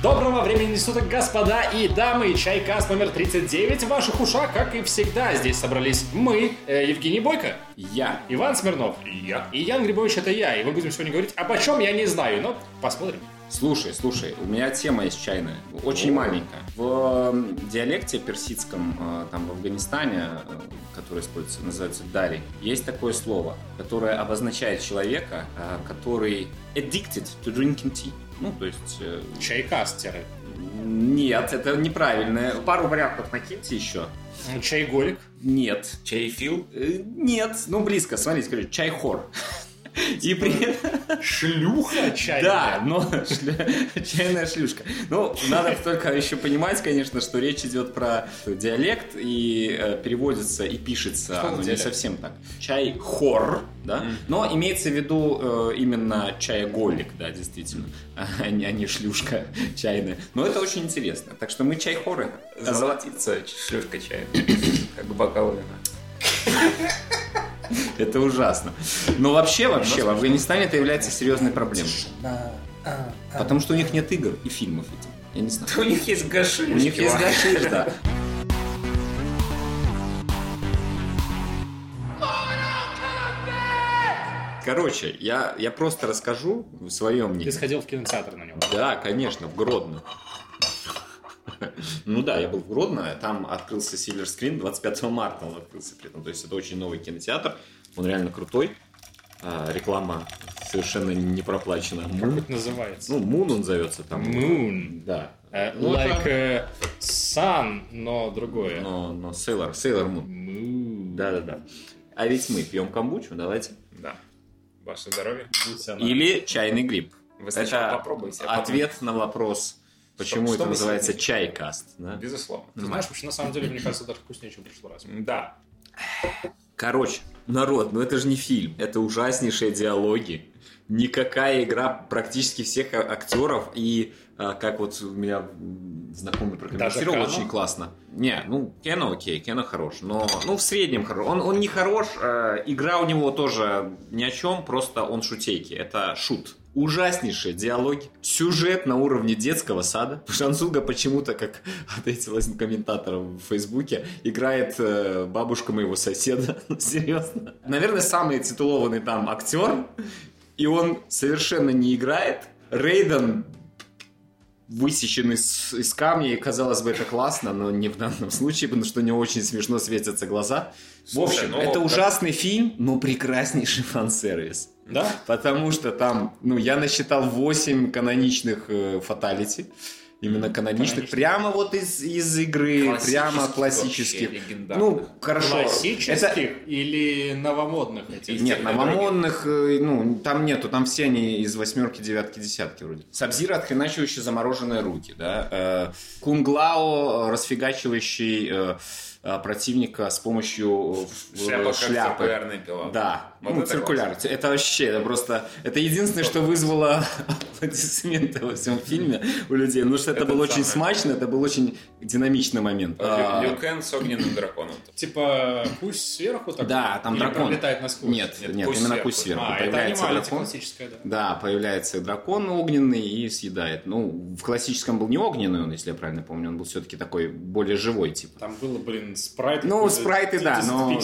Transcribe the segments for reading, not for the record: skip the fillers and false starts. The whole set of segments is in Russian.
Доброго времени суток, господа и дамы! Чайкаст номер 39 в ваших ушах, как и всегда. Здесь собрались мы, Евгений Бойко, я, Иван Смирнов, я, и Ян Грибович, это я. И мы будем сегодня говорить об чем я не знаю, но посмотрим. Слушай, у меня тема есть чайная, очень маленькая. В диалекте персидском, там в Афганистане, который используется, называется дари, есть такое слово, которое обозначает человека, который addicted to drinking tea. Ну, то есть... Чайкастеры. Нет, это неправильно. Пару вариантов накиньте еще. Чайголик. Нет. Чайфил? Нет. Ну, близко. Смотрите, скажите, чайхор. И при... Шлюха чайная. Да, но чайная шлюшка. Ну, надо только еще понимать, конечно, что речь идет про диалект, и переводится и пишется оно не совсем так. Чайхор, да? Но имеется в виду именно чаеголик, да, действительно, а не шлюшка чайная. Но это очень интересно. Так что мы чайхоры. Золотится шлюшка чая. Как бокал вина. Это ужасно. Но вообще в Афганистане это является серьезной проблемой. Потому что у них нет игр и фильмов этим. Я не знаю. У них есть гашиш. У них есть гашиш, да. Короче, я просто расскажу свое мнение. Ты сходил в кинотеатр на него? Да, конечно, в Гродно. Ну да, я был в Гродно, там открылся Silver Screen, 25 марта он открылся при этом. То есть это очень новый кинотеатр, он реально крутой. Реклама совершенно не проплачена. Как это называется? Ну, Moon он зовется там. Moon. Да. Like Sun, но другое. Но Sailor Moon. Moon. Да. А ведь мы пьем камбучу, давайте. Да. Ваше здоровье. Или чайный гриб. Вы сначала это попробуйте. Ответ на вопрос, почему Что это вы называется съедите? чайкаст. Да? Безусловно. Ты знаешь, вообще, на самом деле, мне кажется, даже вкуснее, чем в прошлый раз. Да. Короче, народ, ну это же не фильм, это ужаснейшие диалоги. Никакая игра практически всех актеров. И как вот у меня знакомый прокомментировал, очень классно. Не, ну Кено окей, Кено хорош, но ну в среднем хорош. Он не хорош, игра у него тоже ни о чем, просто он шутейки. Это шут. Ужаснейшие диалоги. Сюжет на уровне детского сада. Шансунга почему-то, как ответил один комментатор в Фейсбуке, играет бабушка моего соседа. Серьезно. Наверное, самый титулованный там актер. И он совершенно не играет. Рейден высечен из камня, и, казалось бы, это классно, но не в данном случае, потому что у него очень смешно светятся глаза. Слушай, в общем, это ужасный фильм, но прекраснейший фан-сервис. Да? Потому что там, я насчитал 8 каноничных фаталити. Именно каноничных. Прямо вот из игры, прямо классических. Ну, хорошо. Классических или новомодных? Нет, новомодных, там нету. Там все они из 8, 9, 10 вроде. Сабзира, отхреначивающий замороженные руки, да. Кунглао, расфигачивающий противника с помощью шляпы. Да, циркуляр. Это вообще, это единственное, что вызвало аплодисменты во всем фильме у людей. Потому что это был очень смачно, это был очень динамичный момент. Лю Кэн с огненным драконом. Типа пусть сверху так? Да, там или дракон. Пролетает насквозь? Нет, именно пусть сверху. Это анималити классическая, да. Да, появляется дракон огненный и съедает. Ну, в классическом был не огненный он, если я правильно помню, он был все-таки такой более живой тип. Там было, спрайты. Ну, спрайты, да, но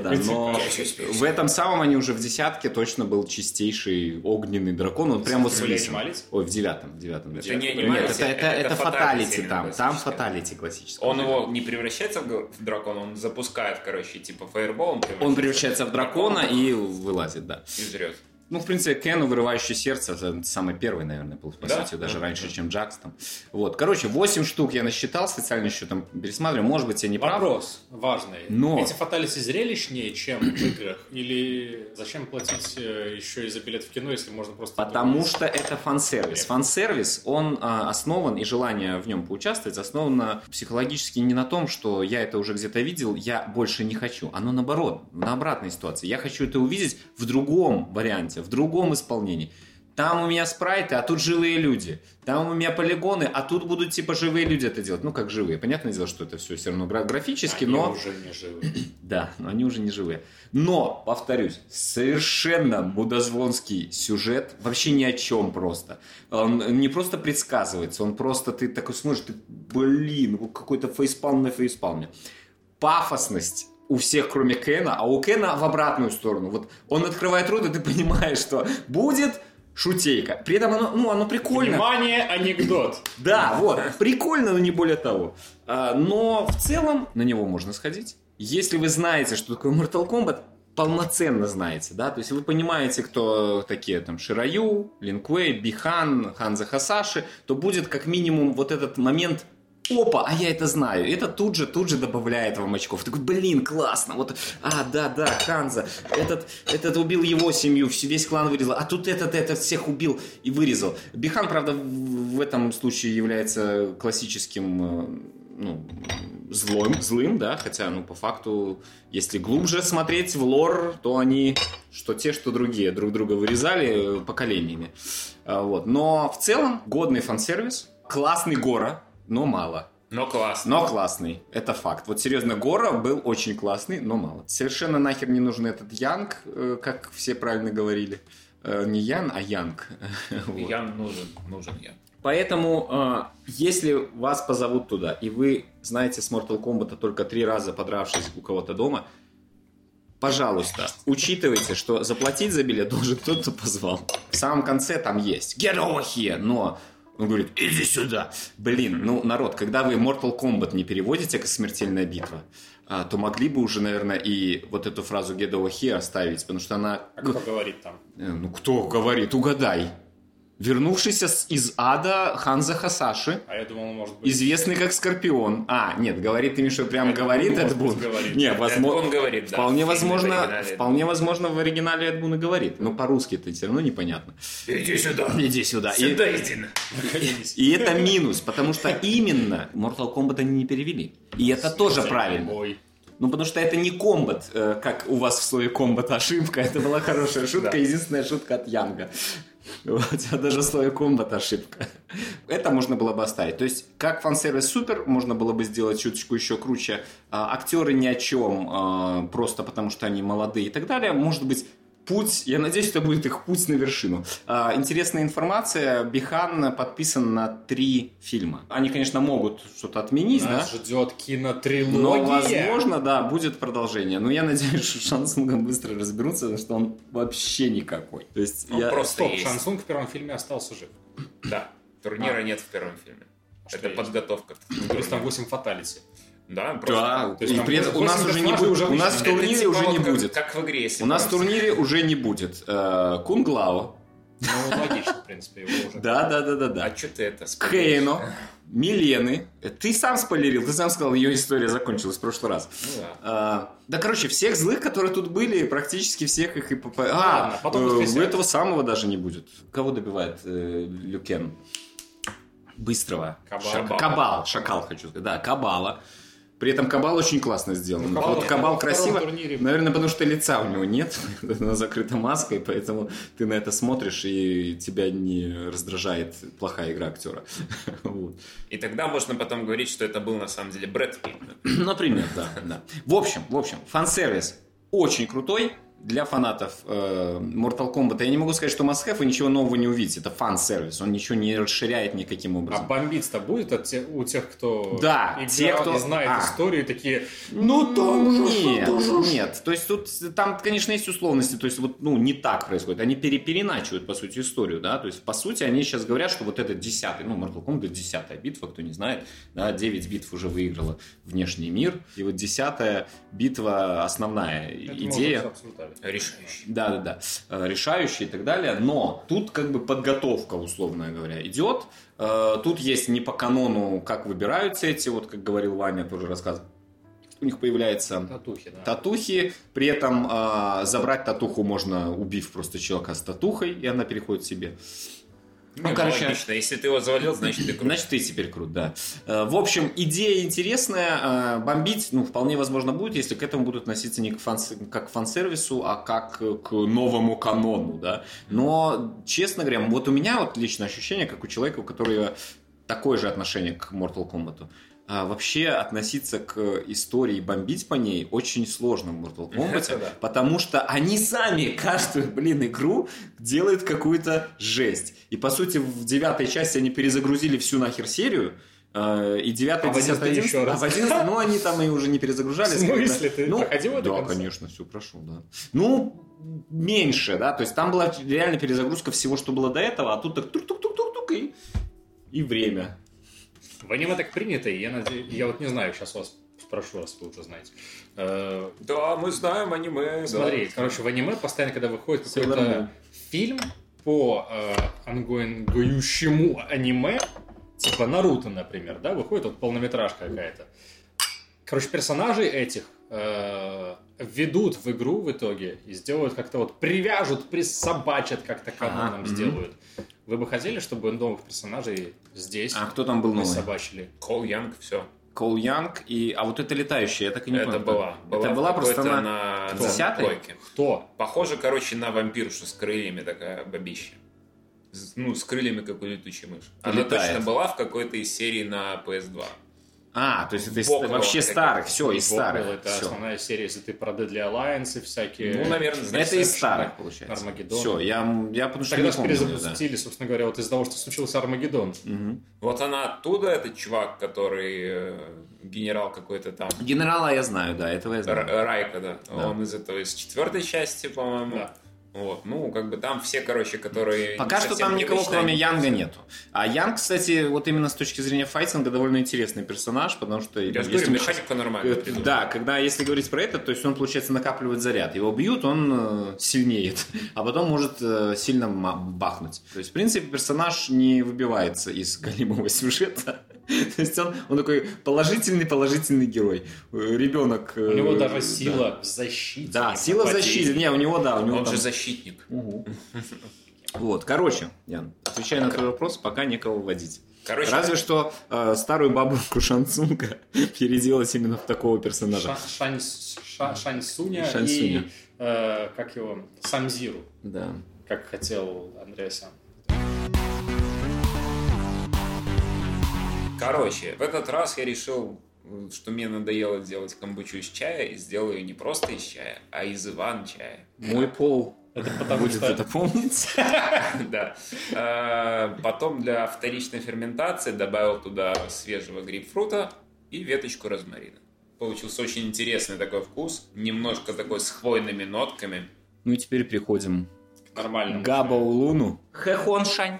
в этом самом они уже в 10 точно был чистейший огненный дракон, он прям вот свисен. Ой, в 9. Это не Нет, это фаталити там. Там фаталити классический. Он его не превращается в дракона, он запускает, типа фаербол. Он превращается в дракона и вылазит, да. И жрет. Ну, в принципе, Кену, вырывающий сердце, это самый первый, наверное, был, по сути, даже раньше, чем Джакс там. Вот, 8 штук я насчитал, специально еще там пересматриваю, может быть, я не прав. Вопрос важный. Но... Эти фаталити зрелищнее, чем в играх? Или зачем платить еще и за билет в кино, если можно просто... Потому что это фан-сервис. Фан-сервис, он основан, и желание в нем поучаствовать, основано психологически не на том, что я это уже где-то видел, я больше не хочу. Оно наоборот, на обратной ситуации. Я хочу это увидеть в другом варианте, в другом исполнении. Там у меня спрайты, а тут живые люди. Там у меня полигоны, а тут будут типа живые люди это делать. Ну, как живые. Понятное дело, что это все равно графически, Они но... уже не живые. Да, но они уже не живые. Но, повторюсь, совершенно мудозвонский сюжет. Вообще ни о чем просто. Он не просто предсказывается, он просто... Ты такой смотришь, ты, блин, какой-то фейспалм на фейспалме. Пафосность у всех, кроме Кена, а у Кена в обратную сторону. Вот он открывает рот, и ты понимаешь, что будет шутейка. При этом оно прикольно. Внимание, анекдот. Да, вот, прикольно, но не более того. Но в целом на него можно сходить. Если вы знаете, что такое Mortal Kombat, полноценно знаете, да, то есть вы понимаете, кто такие там Шираю, Лин Куэй, Бихан, Ханзо Хасаши, то будет как минимум вот этот момент: опа, а я это знаю. Это тут же добавляет вам очков. Такой, блин, классно. Вот, да, Ханзо. Этот убил его семью, весь клан вырезал. А тут этот всех убил и вырезал. Бихан, правда, в этом случае является классическим, злым, да, хотя, по факту, если глубже смотреть в лор, то они, что те, что другие, друг друга вырезали поколениями. Вот. Но в целом годный фан-сервис, классный Гора, но мало. Но классно. Но классный, это факт. Вот серьезно, Гора был очень классный, но мало. Совершенно нахер не нужен этот Янг, как все правильно говорили. Не Ян, а Янг. Вот. Ян нужен Ян. Поэтому, если вас позовут туда, и вы знаете с Mortal Kombat только 3 раза подравшись у кого-то дома, пожалуйста, учитывайте, что заплатить за билет должен тот, кто позвал. В самом конце там есть «Get over here», но он говорит «Иди сюда». Блин, народ, когда вы Mortal Kombat не переводите как «Смертельная битва», то могли бы уже, наверное, и вот эту фразу «Get over here» оставить, потому что она... А кто говорит там? Кто говорит? Угадай. Вернувшийся из ада Ханзо Хасаши, я думал, может быть... известный как Скорпион. Нет, говорит ты, что прям говорит Эд Бун. Нет, возможно, говорит, да. Вполне возможно, в оригинале Эд Бун и говорит. Но по-русски это все равно непонятно. Иди сюда. Сюда иди. И это минус, потому что именно Mortal Kombat они не перевели. И это тоже правильно. Потому что это не комбат, как у вас в слове комбат ошибка. Это была хорошая шутка, единственная шутка от Янга. У тебя даже в слове комбат ошибка. Это можно было бы оставить. То есть, как фан-сервис супер, можно было бы сделать чуточку еще круче. Актеры ни о чем, просто потому что они молодые и так далее. Может быть, путь, я надеюсь, это будет их путь на вершину. Интересная информация. Бихан подписан на 3 фильма. Они, конечно, могут что-то отменить, Нас ждет кинотрилогия. Но, возможно, да, будет продолжение. Но я надеюсь, что Шансунгом быстро разберутся, потому что он вообще никакой. То есть Стоп, Шансунг в первом фильме остался жив. Да, турнира нет в первом фильме. Это подготовка. То есть там 8 фаталити. Да, просто. Да, и при этом у нас уже не будет. У нас в турнире уже не будет. Как в игре. У нас в турнире уже не будет. Кунг Лао. Логично, в принципе, его уже. Да. А что ты это спойлеришь? Кейно, Милены. Ты сам спойлерил, ты сам сказал, ее история закончилась в прошлый раз. Да, короче, всех злых, которые тут были, практически всех их и... потом этого самого даже не будет. Кого добивает Лю Кен? Быстрого. Кабал, шакал хочу сказать. Да, Кабала. При этом Кабал очень классно сделан. Кабал красиво. Наверное, потому что лица у него нет. Она закрыта маской, поэтому ты на это смотришь, и тебя не раздражает плохая игра актера. Вот. И тогда можно потом говорить, что это был на самом деле Брэд Питт. Например, да. В общем, фан-сервис очень крутой. Для фанатов Mortal Kombat я не могу сказать, что must-have, вы ничего нового не увидите. Это фан-сервис, он ничего не расширяет никаким образом. А бомбиться-то будет у тех, кто кто знает историю, такие, Нет, то есть там, конечно, есть условности, то есть не так происходит. Они переначивают, по сути, историю, да, то есть, по сути, они сейчас говорят, что вот это 10-й, Mortal Kombat 10-я битва, кто не знает, да, 9 битв уже выиграла внешний мир, и вот 10-я битва основная идея. Решающий. Да. Решающий и так далее. Но тут как бы подготовка, условно говоря, идет. Тут есть не по канону, как выбираются эти, вот как говорил Ваня, тоже рассказывал. У них появляются татухи. При этом забрать татуху можно, убив просто человека с татухой, и она переходит себе. Ну, короче, логично. Если ты его завалил, значит ты крут. Значит, ты теперь крут, да. В общем, идея интересная. Бомбить, вполне возможно будет, если к этому будут относиться не как к фан-сервису, а как к новому канону, да. Но, честно говоря, вот у меня вот личное ощущение, как у человека, у которого такое же отношение к Mortal Kombat. Вообще относиться к истории, бомбить по ней очень сложно в Mortal Kombat, потому что они сами каждую, игру делают какую-то жесть. И, по сути, в 9 части они перезагрузили всю нахер серию, и 9, 10, 11, еще раз. А в 11, они там и уже не перезагружали. В смысле? Ты проходил это? Да, конечно, все прошел, да. Меньше, да, то есть там была реально перезагрузка всего, что было до этого, а тут так тук-тук-тук-тук и время. В аниме так принято, и я вот не знаю, сейчас вас спрошу, раз вы уже знаете. Да, мы знаем аниме. Смотри, короче, в аниме постоянно, когда выходит какой-то фильм по ангоингующему аниме, типа Наруто, например, да, выходит вот полнометражка какая-то. Короче, персонажей этих введут в игру в итоге и сделают как-то вот привяжут, присобачат, как-то каноном сделают. Вы бы хотели, чтобы новых персонажей здесь кто там был новый? Собачили? Кол Янг, все. Кол Янг а вот это летающая, я так и не понял. Это была просто на 10-й? Кто? Похоже, на вампиршу с крыльями такая бабища. С крыльями, как у летучей мыши. Она точно была в какой-то из серий на PS2. То есть это вообще старых, все, из старых. Это основная серия, если ты про Deadly Alliance и всякие... наверное, это из старых, получается. Армагеддон. Все, я потому что тогда не помню. перезапустили, собственно говоря, вот из-за того, что случился Армагеддон. Вот она оттуда, этот чувак, который генерал какой-то там. Генерала я знаю, да, этого я знаю. Райка, да. Он из 4-й части, по-моему. Да. Вот, там все, которые... Пока что там никого, кроме Янга, нету. А Янг, кстати, вот именно с точки зрения файтинга довольно интересный персонаж, потому что... Я же говорю, механика нормальная. Да, если говорить про это, то есть он, получается, накапливает заряд. Его бьют, он сильнеет, а потом может сильно бахнуть. То есть, в принципе, персонаж не выбивается из голимого сюжета. То есть он такой положительный герой. Ребенок... У него даже сила в защите. Да, сила в защите. Не, у него, да. Он же защитник. Вот, короче, Ян, отвечая на твой вопрос, пока некого вводить. Разве что старую бабушку Шансунга переделать именно в такого персонажа. Шансуня и, как его, Самзиру. Да. Как хотел Андреасан. В этот раз я решил, что мне надоело делать камбучу из чая, и сделаю не просто из чая, а из Иван-чая. Мой пол это потому будет что... это помнить. Да. Потом для вторичной ферментации добавил туда свежего грейпфрута и веточку розмарина. Получился очень интересный такой вкус, немножко такой с хвойными нотками. Ну и теперь переходим к нормальному. Габаулуну. Хэхоншань.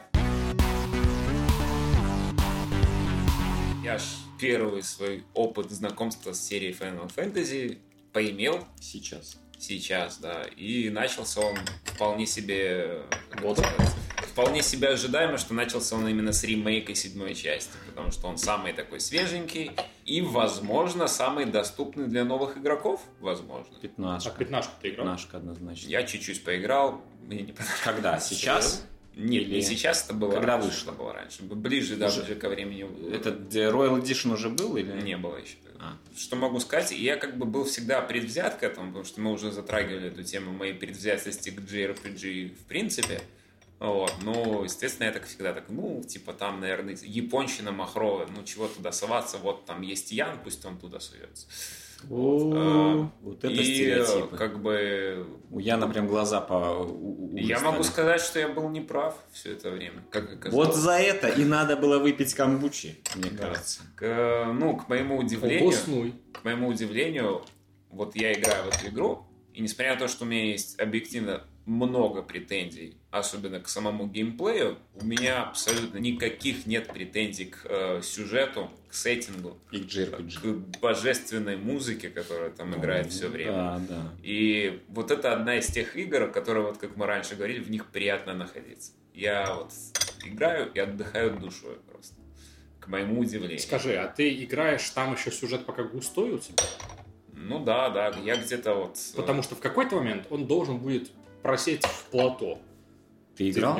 Я ж первый свой опыт знакомства с серией Final Fantasy поимел. Сейчас, да. И начался он вполне себе... Вполне себе ожидаемо, что начался он именно с ремейка 7-й части, потому что он самый такой свеженький и, возможно, самый доступный для новых игроков, возможно. 15. А 15 ты играл? 15 однозначно. Я чуть-чуть поиграл, мне не понравилось. Когда? Сейчас? Нет, не сейчас, это было когда раньше. вышло? Это было раньше. Ближе даже ко времени. Этот Royal Edition уже был или? Не было еще. Что могу сказать? Я был всегда предвзят к этому, потому что мы уже затрагивали эту тему моей предвзятости к JRPG в принципе. Вот. Ну, естественно, я так всегда там, наверное, японщина махровая, чего туда соваться, вот там есть Ян, пусть он туда суется. Вот это стереотипы. У Яна прям глаза Я могу сказать, что я был неправ все это время. Вот за это и надо было выпить камбучи, мне кажется. К моему удивлению, вот я играю в эту игру, и несмотря на то, что у меня есть объективно много претензий, особенно к самому геймплею, у меня абсолютно никаких нет претензий к сюжету, к сеттингу, и к JRPG, к божественной музыке, которая там играет все время. Да. И вот это одна из тех игр, которые, вот как мы раньше говорили, в них приятно находиться. Я вот играю и отдыхаю душой просто, к моему удивлению. Скажи, а ты играешь, там еще сюжет пока густой у тебя? Ну да, я где-то вот... Потому что в какой-то момент он должен будет просесть в плато. Ты играл?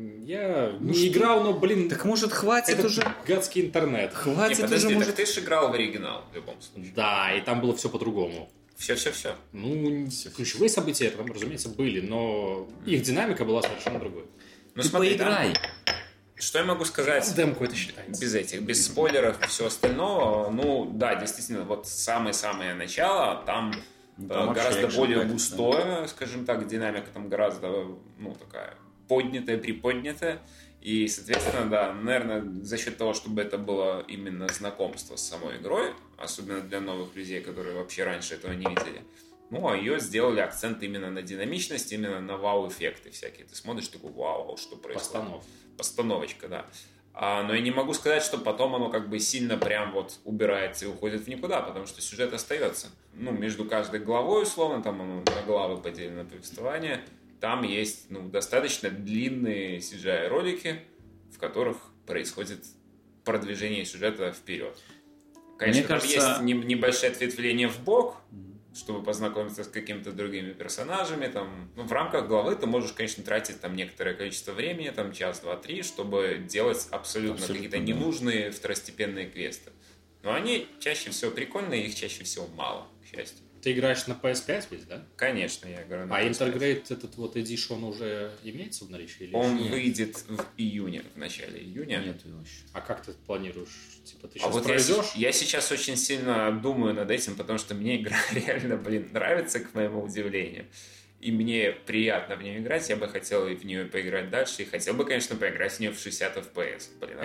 Я не играл, но, блин... Так может хватит уже? Гадский интернет. Хватит подожди, уже, так может... ты же играл в оригинал в любом случае. Да, и там было все по-другому. Все. Ну, ключевые события там, разумеется, были, но их динамика была совершенно другой. Ну, Ты смотри, поиграй. Что я могу сказать? Демку это считается. Без спойлеров и всего остального. Ну, да, действительно, вот самое-самое начало, там гораздо более густое, скажем так, динамика там гораздо, такая поднятая, приподнятая. И, соответственно, да, наверное, за счет того, чтобы это было именно знакомство с самой игрой, особенно для новых людей, которые вообще раньше этого не видели, а ее сделали акцент именно на динамичность, именно на вау-эффекты всякие. Ты смотришь, такой, вау, что происходит. Постановочка, да. Но я не могу сказать, что потом оно как бы сильно прям вот убирается и уходит в никуда, потому что сюжет остается. Между каждой главой, условно, там оно на главы поделено повествование, там есть достаточно длинные CGI-ролики, в которых происходит продвижение сюжета вперед. Конечно, Мне кажется... есть небольшое ответвление в бок, чтобы познакомиться с какими-то другими персонажами. Там, в рамках главы ты можешь, конечно, тратить там некоторое количество времени, там час, два, три, чтобы делать абсолютно какие-то ненужные второстепенные квесты. Но они чаще всего прикольные, их чаще всего мало, к счастью. Ты играешь на PS5 ведь, да? Конечно, я играю на PS5. Intergrade этот вот Edition уже имеется в наличии? Или он выйдет в июне, в начале июня. Нет его еще. А как ты планируешь? Типа ты сейчас вот пройдешь? Я сейчас очень сильно думаю над этим, потому что мне игра реально, нравится, к моему удивлению. И мне приятно в нее играть, я бы хотел в нее поиграть дальше, и хотел бы, конечно, поиграть в нее в 60 FPS.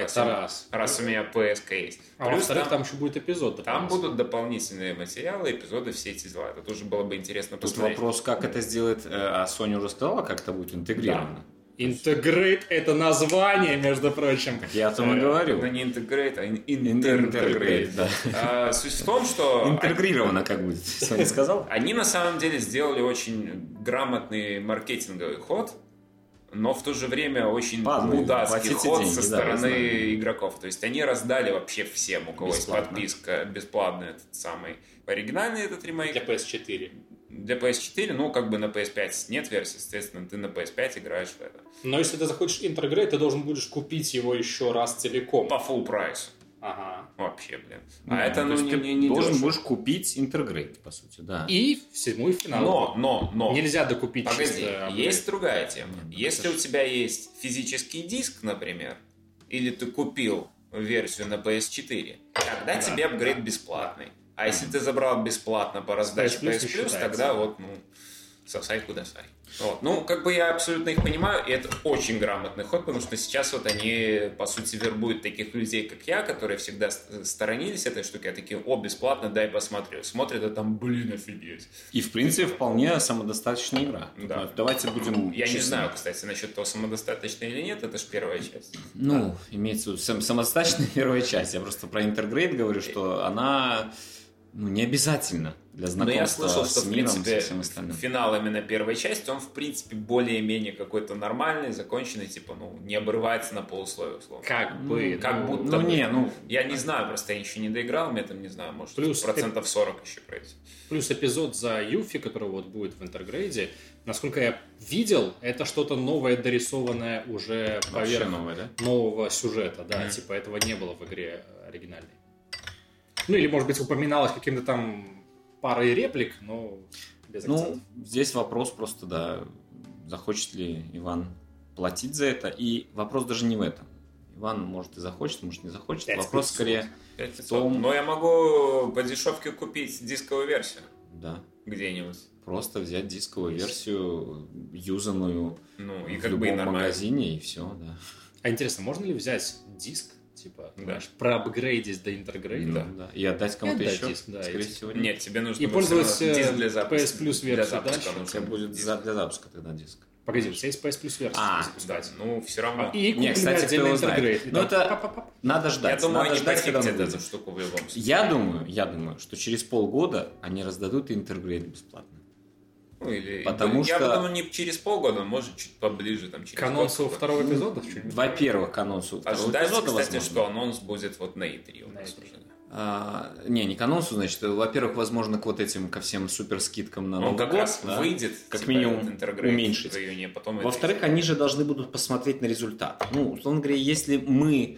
Раз у меня PS есть. Плюс во-вторых, там еще будет эпизод. Там будут дополнительные материалы, эпизоды, все эти дела. Это тоже было бы интересно посмотреть. Тут вопрос, как это сделает, а Sony уже сказала, как это будет интегрировано? Да. Integrate — это название, между прочим. Я о том и говорю. Но не Integrate, а Intergrade. Да. Суть в том, что... Интегрировано, как будет, Sony сказал. Они на самом деле сделали очень грамотный маркетинговый ход, но в то же время очень мудацкий ход со стороны игроков. То есть они раздали вообще всем, у кого есть подписка, бесплатно этот самый оригинальный этот ремейк. Для PS4. Для PS4, на PS5 нет версии, соответственно, ты на PS5 играешь в это. Но если ты захочешь Intergrade, ты должен будешь купить его еще раз целиком. По full прайсу. Ага. Вообще, это, не должен дешево. будешь купить Intergrade, по сути, да. И седьмой финал. Но. Нельзя докупить. Погоди, есть другая тема. Если у тебя есть физический диск, например, или ты купил версию на PS4, тогда тебе апгрейд бесплатный. А если ты забрал бесплатно по раздаче PS Plus, тогда сосай кудасай. Я абсолютно их понимаю, и это очень грамотный ход, потому что сейчас они, по сути, вербуют таких людей, как я, которые всегда сторонились этой штуки, а такие, бесплатно, дай посмотрю. Смотрят, а там, офигеть. И, в принципе, вполне самодостаточная игра. Да. Давайте будем Я не знаю, кстати, насчет того, самодостаточная или нет, это же первая часть. Имеется в виду самодостаточная первая часть. Я просто про Intergrade говорю, что она... не обязательно для знакомства я слышал, что, с миром, в принципе, со всем остальным. Финал именно первой части, он, в принципе, более-менее какой-то нормальный, законченный, не обрывается на полусловие, условно. Как будто бы. Я не знаю, просто я еще не доиграл, мне там, не знаю, может, плюс 40% еще пройти. Плюс эпизод за Юфи, который будет в Интергрейде, насколько я видел, это что-то новое, дорисованное уже поверх нового сюжета, да, типа этого не было в игре оригинальной. Или, может быть, упоминалось каким-то там парой реплик, но без акцентов. Здесь вопрос просто, захочет ли Иван платить за это. И вопрос даже не в этом. Иван, может, и захочет, может, не захочет. Вопрос скорее в том... Но я могу по дешевке купить дисковую версию. Да. Где-нибудь. Просто взять дисковую версию, юзанную и в любом магазине, и все, да. А интересно, можно ли взять диск, проапгрейдить до Интергрейда. Да. И отдать кому-то еще? Диск, скорее всего. Нет, тебе нужно и пользоваться диск для запуска. PS Plus версию, да? Тебе будет для запуска тогда диск. Погоди, у тебя есть PS Plus версия запускать. Все равно. И купили отдельно Интергрейд. Это надо ждать. Я думаю, надо ждать, когда эту штуку в любом случае. Я думаю, что через полгода они раздадут Интергрейд бесплатно. Потому что... Я думаю, не через полгода, может, чуть поближе. Через к анонсу второго эпизода? Во-первых, к анонсу второго эпизода, кстати, возможно. Что анонс будет на E3 у нас уже. Не к анонсу, значит, во-первых, возможно, к вот этим, ко всем суперскидкам на Новый год. Он как раз выйдет, как минимум уменьшить. В июне, потом во-вторых, они же должны будут посмотреть на результат. Ну, условно говоря, если мы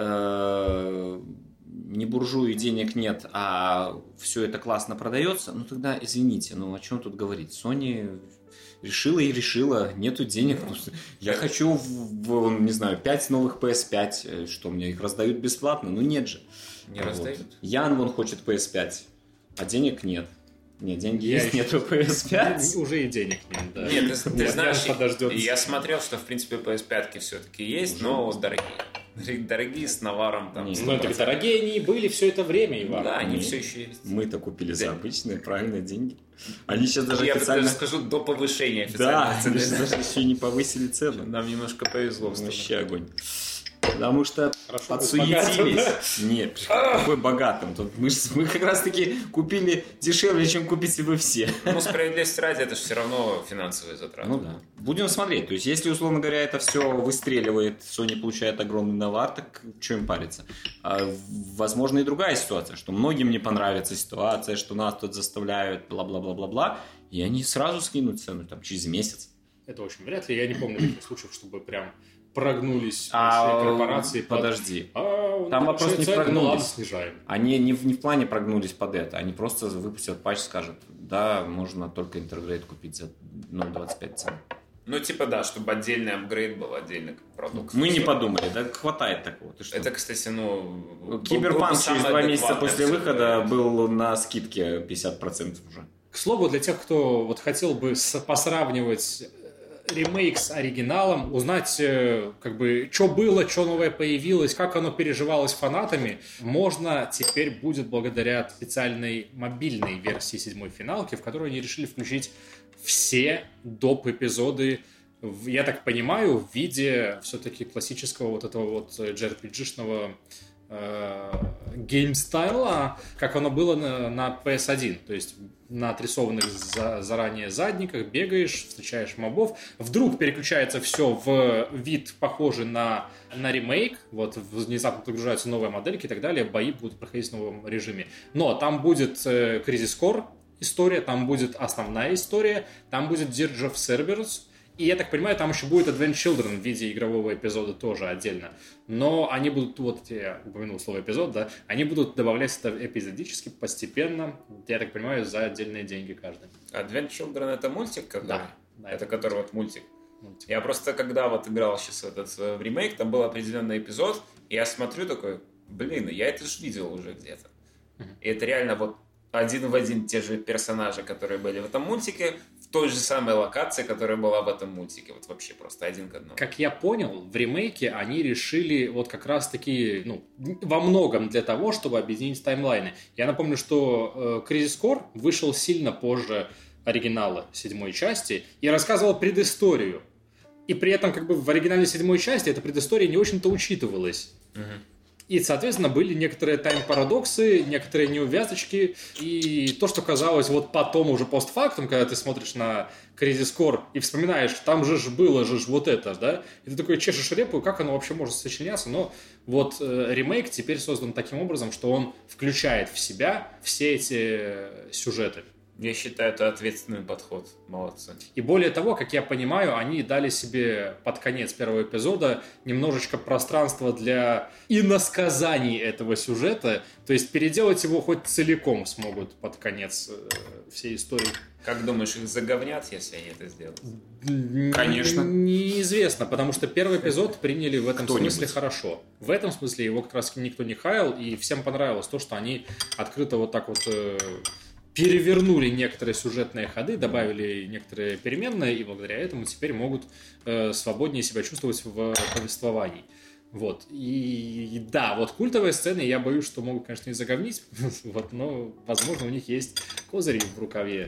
не буржуи, денег нет, а все это классно продается, ну тогда, извините, о чем тут говорить? Sony решила и решила, нету денег. Я хочу, не знаю, 5 новых PS5, что мне их раздают бесплатно? Ну нет же. Не раздают. Ян вон хочет PS5, а денег нет. Нет, деньги есть, нету PS5. Уже и денег нет, да. Нет, ты знаешь, я смотрел, что, в принципе, PS5 все-таки есть, но дорогие. Дорогие с наваром там. Ну, так дорогие они были все это время, Иван. Да, они все еще есть. Мы-то купили за обычные, правильные деньги. Они сейчас даже я официально... даже скажу, до повышения официальной цены. Да, даже еще не повысили цену. Нам немножко повезло. Вообще огонь. Потому что подсуетились. Нет, какой богатым. Тут мы как раз таки купили дешевле, чем купите вы все. Ну, справедливости ради, это же все равно финансовые затраты. Ну да. Будем смотреть. То есть, если, условно говоря, это все выстреливает, Sony получает огромный навар, так что им париться? Возможно, и другая ситуация, что многим не понравится ситуация, что нас тут заставляют, бла-бла-бла-бла-бла, и они сразу скинут цену там, через месяц. Это очень вряд ли. Я не помню таких случаев, чтобы прям прогнулись корпорации. Подожди. Там вопрос не прогнулись. Ладно, снижаем. Они не в плане прогнулись под это. Они просто выпустят патч, скажут, да, можно только Интергрейд купить за 0.25 цен. Ну, типа, да, чтобы отдельный апгрейд был, отдельный продукт. Мы не подумали, да, хватает такого. Ты что? Это, кстати, Киберпанк через 2 месяца после выхода был на скидке 50% уже. К слову, для тех, кто вот хотел бы посравнивать ремейк с оригиналом, узнать, как бы, что было, что новое появилось, как оно переживалось фанатами, можно теперь будет благодаря специальной мобильной версии 7-й финалки, в которой они решили включить все доп. Эпизоды, я так понимаю, в виде все-таки классического вот этого вот JRPG-шного геймстайла, как оно было на PS1, то есть на отрисованных заранее задниках бегаешь, встречаешь мобов, вдруг переключается все в вид, похожий на ремейк, вот внезапно подгружаются новые модельки и так далее, бои будут проходить в новом режиме. Но там будет Crisis Core история, там будет основная история, там будет Dirge of Cerberus, и я так понимаю, там еще будет Advent Children в виде игрового эпизода тоже отдельно. Но они будут, вот я упомянул слово эпизод, да, они будут добавлять это эпизодически, постепенно, я так понимаю, за отдельные деньги каждый. Advent Children это мультик, который? Да. Это который вот мультик. Я просто, когда вот играл сейчас в ремейк, там был определенный эпизод, и я смотрю такой, блин, я это же видел уже где-то. И это реально вот один в один те же персонажи, которые были в этом мультике, в той же самой локации, которая была в этом мультике. Вот вообще просто один к одному. Как я понял, в ремейке они решили вот как раз-таки, во многом для того, чтобы объединить таймлайны. Я напомню, что Crisis Core вышел сильно позже оригинала 7-й части и рассказывал предысторию. И при этом как бы в оригинальной 7-й части эта предыстория не очень-то учитывалась. И, соответственно, были некоторые тайм-парадоксы, некоторые неувязочки. И то, что казалось вот потом уже постфактум, когда ты смотришь на Crisis Core и вспоминаешь, там же было же вот это, да? И ты такой чешешь репу, как оно вообще может сочиняться? Но вот ремейк теперь создан таким образом, что он включает в себя все эти сюжеты. Я считаю, это ответственный подход. Молодцы. И более того, как я понимаю, они дали себе под конец первого эпизода немножечко пространства для иносказаний этого сюжета. То есть переделать его хоть целиком смогут под конец всей истории. Как думаешь, их заговнят, если они это сделают? Конечно. Неизвестно, потому что первый эпизод приняли в этом смысле хорошо. В этом смысле его как раз никто не хаял, и всем понравилось то, что они открыто вот так вот... перевернули некоторые сюжетные ходы, добавили некоторые переменные, и благодаря этому теперь могут свободнее себя чувствовать в повествовании. Вот. И да, вот культовые сцены, я боюсь, что могут, конечно, и заговнить, вот, но, возможно, у них есть козыри в рукаве.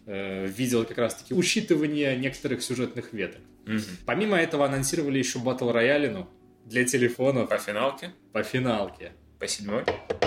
Видел как раз-таки учитывание некоторых сюжетных веток. Помимо этого анонсировали еще Battle Royale для телефонов. По финалке? По финалке. По 7-й?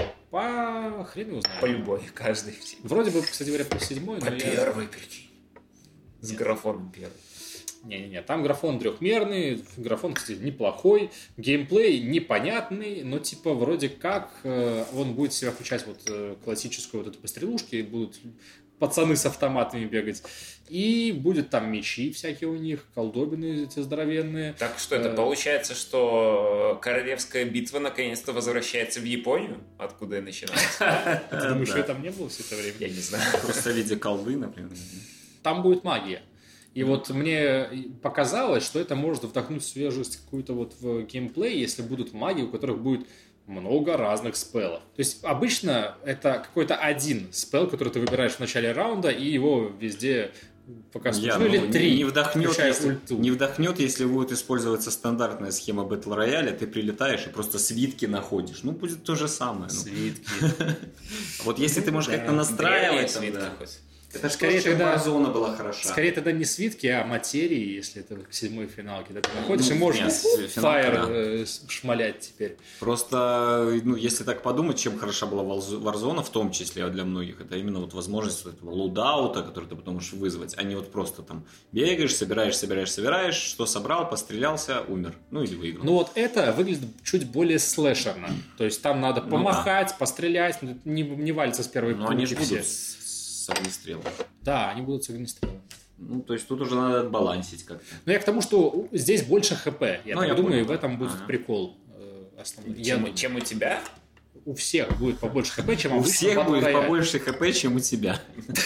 По хрен его знает. По любой, каждый. Вроде бы, кстати говоря, по 7-й, но первый, прикинь. С графоном первый. Не-не-не, там графон трехмерный, графон, кстати, неплохой, геймплей непонятный, но типа вроде как он будет в себя включать вот классическую вот эту пострелушки, будут пацаны с автоматами бегать, и будет там мечи всякие у них, колдобины эти здоровенные. Так что это получается, что королевская битва наконец-то возвращается в Японию, откуда и начинается? Ты думаешь, ее там не было все это время? Я не знаю. Просто в виде колды, например. Там будет магия. И вот мне показалось, что это может вдохнуть свежесть какую-то вот в геймплей, если будут маги, у которых будет много разных спеллов. То есть обычно это какой-то один спелл, который ты выбираешь в начале раунда, и его везде показывают. Ну или три. Не вдохнет, если будет использоваться стандартная схема Battle Royale, ты прилетаешь и просто свитки находишь. Ну, будет то же самое. Свитки. Вот если ты можешь как-то настраивать... Это скорее тогда зона была хороша. Скорее тогда не свитки, а материи, если это в 7-й финалке. Когда ты находишь и можешь фаер шмалять теперь. Просто, если так подумать, чем хороша была Warzone, в том числе для многих, это именно вот возможность этого лудаута, который ты потом можешь вызвать, а не вот просто там бегаешь, собираешь, что собрал, пострелялся, умер. Ну или выиграл. Ну вот это выглядит чуть более слэшерно. То есть там надо помахать, пострелять, не валится с первой пульки. Но они же будут с огнестрелом. Да, они будут с огнестрелом. Ну, то есть тут уже надо отбалансить как-то. Но я к тому, что здесь больше хп. Я думаю, в этом будет прикол основной. Чем у тебя? У всех будет побольше хп, чем у всех будет побольше хп, чем у тебя.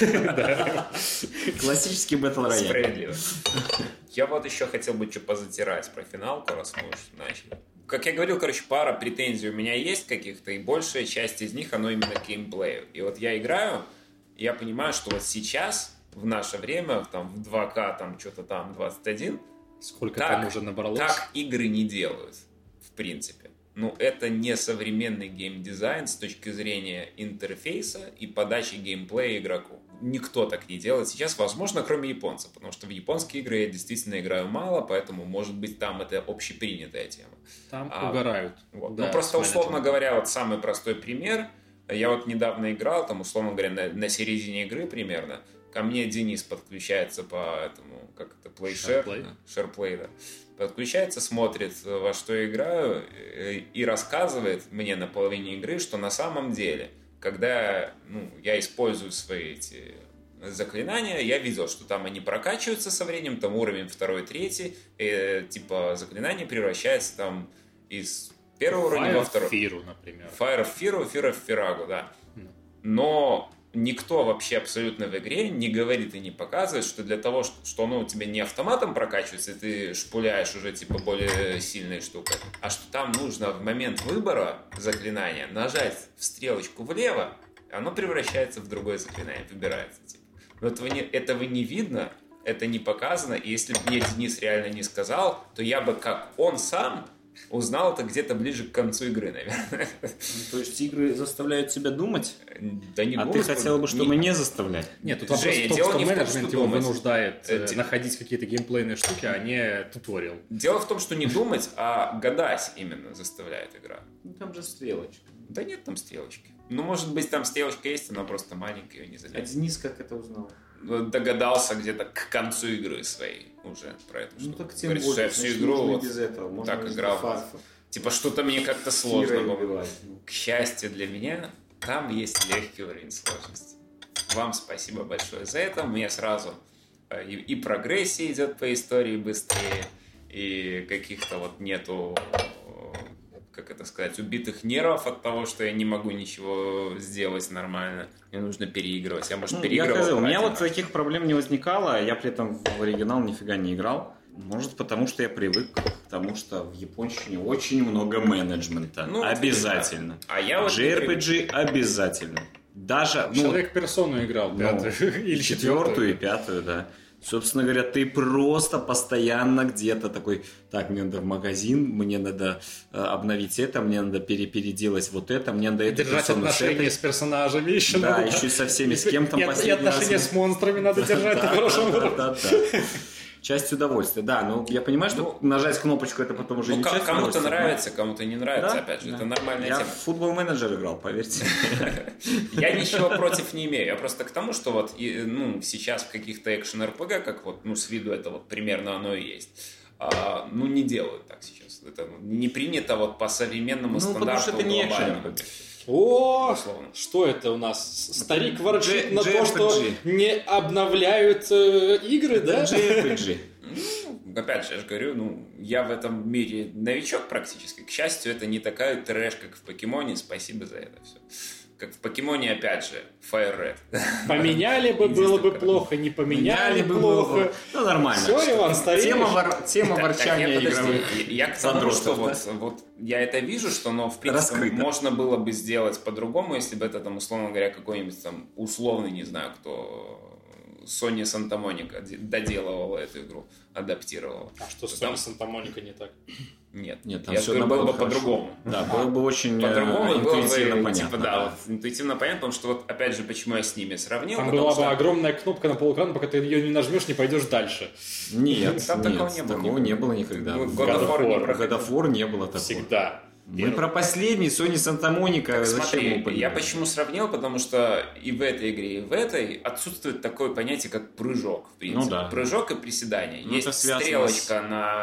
Классический Battle Royale. Справедливо. Я вот еще хотел бы что позатирать про финалку, раз мы уже начали. Как я говорил, пара претензий у меня есть каких-то, и большая часть из них, оно именно к геймплею. И вот я играю, я понимаю, что вот сейчас, в наше время, там, в 2К, там, что-то там, 21... Сколько там уже набралось? Так игры не делают, в принципе. Ну, это не современный геймдизайн с точки зрения интерфейса и подачи геймплея игроку. Никто так не делает сейчас, возможно, кроме японцев, потому что в японские игры я действительно играю мало, поэтому, может быть, там это общепринятая тема. Там угорают. Вот. Да, просто, условно говоря, вот самый простой пример. Я вот недавно играл, там, условно говоря, на середине игры примерно, ко мне Денис подключается по этому, как это, SharePlay, да. Подключается, смотрит, во что играю, и рассказывает мне на половине игры, что на самом деле, когда я использую свои эти заклинания, я видел, что там они прокачиваются со временем, там уровень 2-3, и типа заклинание превращается там из первого уровня во второй. Fire of Fear, например. Fire of Fear of Firago, да. Но никто вообще абсолютно в игре не говорит и не показывает, что для того, что оно у тебя не автоматом прокачивается, и ты шпуляешь уже типа более сильной штукой, а что там нужно в момент выбора заклинания нажать в стрелочку влево, и оно превращается в другое заклинание, выбирается. Типа. Но этого не видно, это не показано, и если бы мне Денис реально не сказал, то я бы, как он сам, узнал это где-то ближе к концу игры, наверное. То есть игры заставляют тебя думать? Да не думать. А ты хотел бы, чтобы не заставлять? Нет, тут вопрос в том, что менеджмент его вынуждает находить какие-то геймплейные штуки, а не туториал. Дело в том, что не думать, а гадать именно заставляет игра. Ну там же стрелочка. Да нет там стрелочки. Ну, может быть, там стрелочка есть, она просто маленькая, ее не заметил. А Денис как это узнал? Догадался где-то к концу игры своей уже про эту штуку. Ну так тем более, я всю игру вот без этого. Можно так играл. Типа что-то мне как-то сложно было. К счастью для меня, там есть легкий уровень сложности. Вам спасибо большое за это. Мне сразу и прогрессия идет по истории быстрее, и каких-то вот нету, как это сказать, убитых нервов от того, что я не могу ничего сделать нормально. Мне нужно переигрывать. Я, может, переигрывал. У меня вот таких проблем не возникало. Я при этом в оригинал нифига не играл. Может, потому что я привык к тому, что в японщине очень много менеджмента. Ну, обязательно. А я вот JRPG обязательно. Даже... Человек-персону играл, пятую или четвертую и пятую, да. Собственно говоря, ты просто постоянно где-то такой, так, мне надо в магазин, мне надо обновить это, мне надо переделать вот это, мне надо это. Держать отношения с персонажами еще да, надо. Да, еще со всеми, с кем там последний раз. И отношения с монстрами надо держать на хорошем уровне. часть удовольствия. Да, но я понимаю, что нажать кнопочку это потом уже не часть кому-то удовольствия. нравится, кому-то не нравится, Да, опять же, да. это нормальная Я тема. в футбол-менеджер играл, поверьте. Я ничего против не имею. Я просто к тому, что вот сейчас в каких-то экшен-РПГ, как вот, с виду это вот примерно оно и есть, не делают так сейчас. Это не принято вот по современному стандарту потому что это не глобальному. экшен. О, Условно. что это у нас? Старик ворчит на то, JRPG. что не обновляют игры, да? JRPG. Опять же, я же говорю, я в этом мире новичок практически. К счастью, это не такая трэш, как в Покемоне. Спасибо за это все. Как в Покемоне, опять же, Fire Red. Поменяли бы, было бы плохо, не поменяли бы плохо. Ну, нормально. Все, Иван, стареешь. Тема ворчания игровых. Я к тому, что вот я это вижу, что, в принципе, Раскрыто. можно было бы сделать по-другому, если бы это, там, условно говоря, какой-нибудь там условный, не знаю, кто... Sony Santa Monica доделывала эту игру, адаптировала. А что с Sony Santa Monica не так? Нет, там я все говорю, было бы хорошо. по-другому. Да, было бы очень По-другому было интуитивно бы, понятно. интуитивно понятно, потому что вот опять же, почему я с ними сравнил. Там потому была что... бы огромная кнопка на полэкрана, пока ты ее не нажмешь, не пойдешь дальше. Нет, Там такого не было. Такого не было никогда. Ну, В God of War не God проходил. of War не было такого. Всегда. Мы про последний Sony Santa Monica. Зачем Смотри, его понимать? я почему сравнил, потому что и в этой игре, и в этой отсутствует такое понятие, как прыжок, в принципе. Ну да. Прыжок и приседание. Ну, это Есть связано стрелочка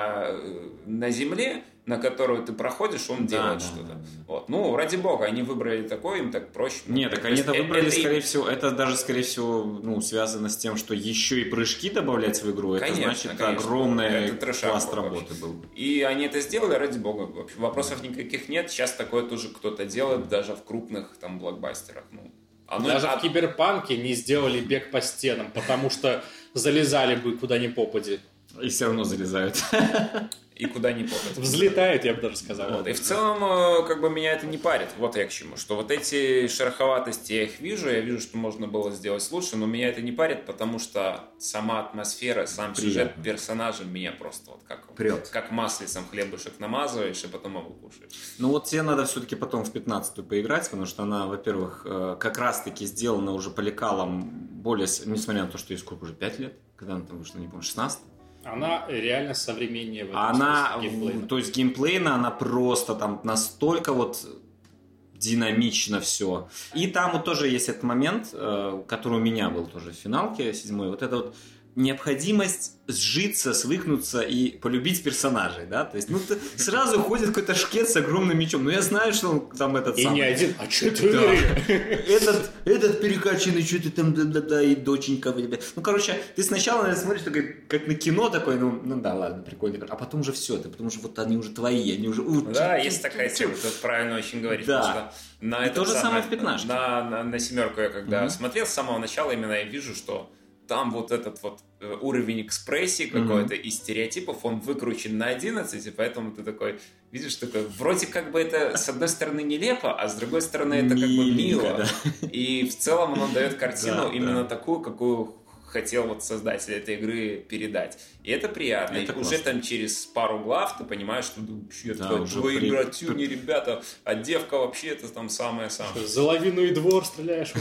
на земле, на которую ты проходишь, он делает да, что-то. да. Вот. Ради бога, они выбрали такой, им так проще. Нет, так То они есть это выбрали, это скорее всего, это даже, скорее всего, связано с тем, что еще и прыжки добавлять в игру, Конечно, это значит конечно. огромный Это трешак пласт был работы был. И они это сделали, ради бога. Вообще, вопросов никаких нет. Сейчас такое тоже кто-то делает, даже в крупных там блокбастерах. Даже в Киберпанке не сделали бег по стенам, потому что залезали бы куда ни попади. И все равно залезают. И куда ни попадет. Взлетают, я бы даже сказал. Вот. И в целом, меня это не парит. Вот я к чему. Что вот эти шероховатости, я их вижу, я вижу, что можно было сделать лучше, но меня это не парит, потому что сама атмосфера, сам сюжет персонажа меня просто вот как маслицем хлебушек намазываешь, и потом его кушаешь. Тебе надо все-таки потом в 15-ю поиграть, потому что она, во-первых, как раз-таки сделана уже по лекалам более, несмотря на то, что ей сколько уже, 5 лет, когда она там вышла, не помню, 16? Она реально современнее в этом Она, смысле геймплейна. то есть геймплейно она просто там настолько вот динамично все. И там вот тоже есть этот момент, который у меня был тоже в финалке 7-й, вот это вот необходимость сжиться, свыкнуться и полюбить персонажей, да, то есть, сразу ходит какой-то шкет с огромным мечом, я знаю, что он там этот и самый... не один, а 4. Этот перекачанный, что ты там, да, и доченька. Ты сначала на это смотришь, как на кино такое, да, ладно, прикольно, а потом уже все, потому что вот они уже твои, они уже... Да, есть такая тема, ты правильно очень говоришь, да. Потому что И то же самое в 15. На 7-ку я когда смотрел с самого начала, именно я вижу, что там вот этот вот уровень экспрессии какой-то и стереотипов, он выкручен на 11, и поэтому ты такой, видишь, такой, вроде как бы это с одной стороны нелепо, а с другой стороны это как бы мило. Да. И в целом он дает картину Да, именно такую, какую хотел вот создатель этой игры передать. И это приятно. Это и уже там через пару глав ты понимаешь, что твои братюни, ребята, а девка вообще это там самое-самое. За лавину и двор стреляешь.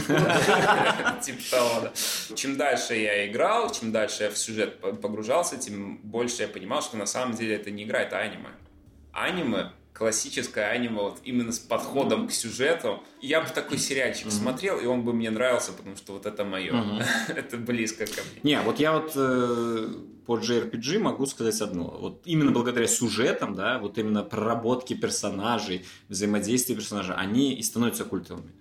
Типа того, да. Чем дальше я играл, чем дальше я в сюжет погружался, тем больше я понимал, что на самом деле это не игра, это аниме. Аниме, классическое аниме, вот именно с подходом к сюжету. Я бы такой сериальчик смотрел, и он бы мне нравился, потому что вот это мое. Это близко ко мне. Не, вот я вот по JRPG могу сказать одно. Вот именно благодаря сюжетам, да, вот именно проработке персонажей, взаимодействию персонажей, они и становятся культовыми.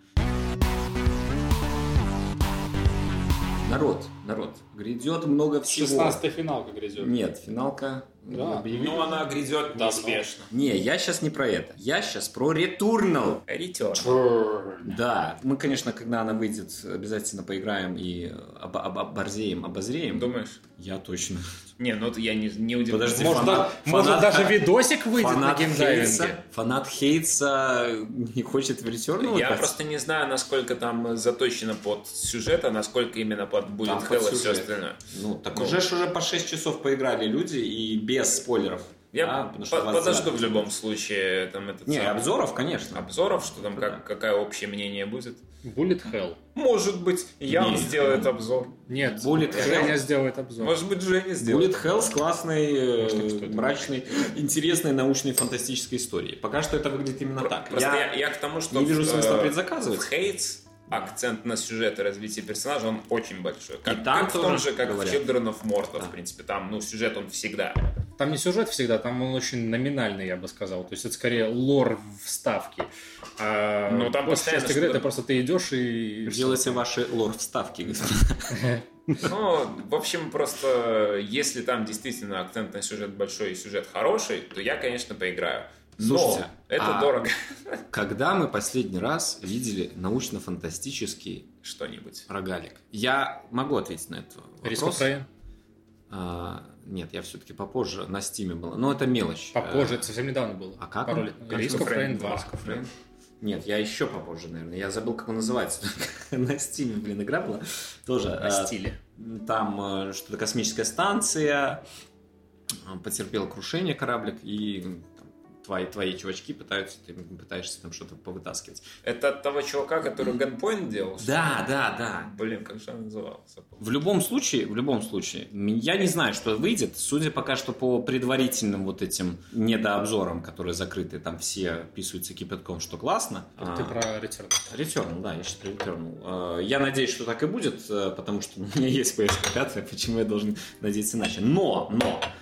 Народ, грядет много всего. 16-я финалка грядет. Нет, финалка... Да. Ну, она грядет неспешно. Не, я сейчас не про это. Я сейчас про Returnal. Return. Да, мы, конечно, когда она выйдет, обязательно поиграем и обозреем. Думаешь? Я точно. Не, ну я не удивлюсь. Подожди, Может, даже видосик выйдет на геймдайвинге. Фанат Хейтса не хочет в Returnal? Я просто не знаю, насколько там заточено под сюжет, а насколько именно под Bullet Hell и все остальное. Ну, так уже по 6 часов поиграли люди, и без спойлеров. Я подожду в любом случае. Там, обзоров, конечно. Обзоров, что там, какое общее мнение будет. Bullet Hell. Может быть, Ян сделает обзор. Нет, Женя сделает обзор. Может быть, Женя сделает. Bullet Hell с классной, мрачной, интересной научной фантастической историей. Пока что это выглядит именно так. Просто я к тому, что не вижу смысла предзаказывать. Хейтс, акцент на сюжет и развитие персонажа, он очень большой. Там как в том же, как говорят. в Children of Morta, в принципе. Там, сюжет он всегда. Там не сюжет всегда, там он очень номинальный, я бы сказал. То есть это скорее лор вставки. Там постоянно игры это просто ты идешь и... Делайте ваши лор-вставки, господа. В общем, просто если там действительно акцент на сюжет большой и сюжет хороший, то я, конечно, поиграю. Слушайте, это дорого. Когда мы последний раз видели научно-фантастический что-нибудь рогалик? Я могу ответить на этот вопрос. Risk of Rain? Нет, я все-таки попозже на Стиме было. Но это мелочь. Попозже, это совсем недавно было. А как пару он? лет. Risk of Rain 2. Нет, я еще попозже, наверное. Я забыл, как он называется. На Стиме, игра была. Тоже. На стиле. Там что-то космическая станция, потерпел крушение кораблик, и твои чувачки ты пытаешься там что-то повытаскивать. Это от того чувака, который Gunpoint делал? Да. Блин, как же он назывался? В любом случае, я не знаю, что выйдет. Судя пока что по предварительным вот этим недообзорам, которые закрыты, там все писаются кипятком, что классно. Ты про Returnal. Returnal, да, я сейчас про Returnal. Я надеюсь, что так и будет, потому что у меня есть PS5, почему я должен надеяться иначе. Но!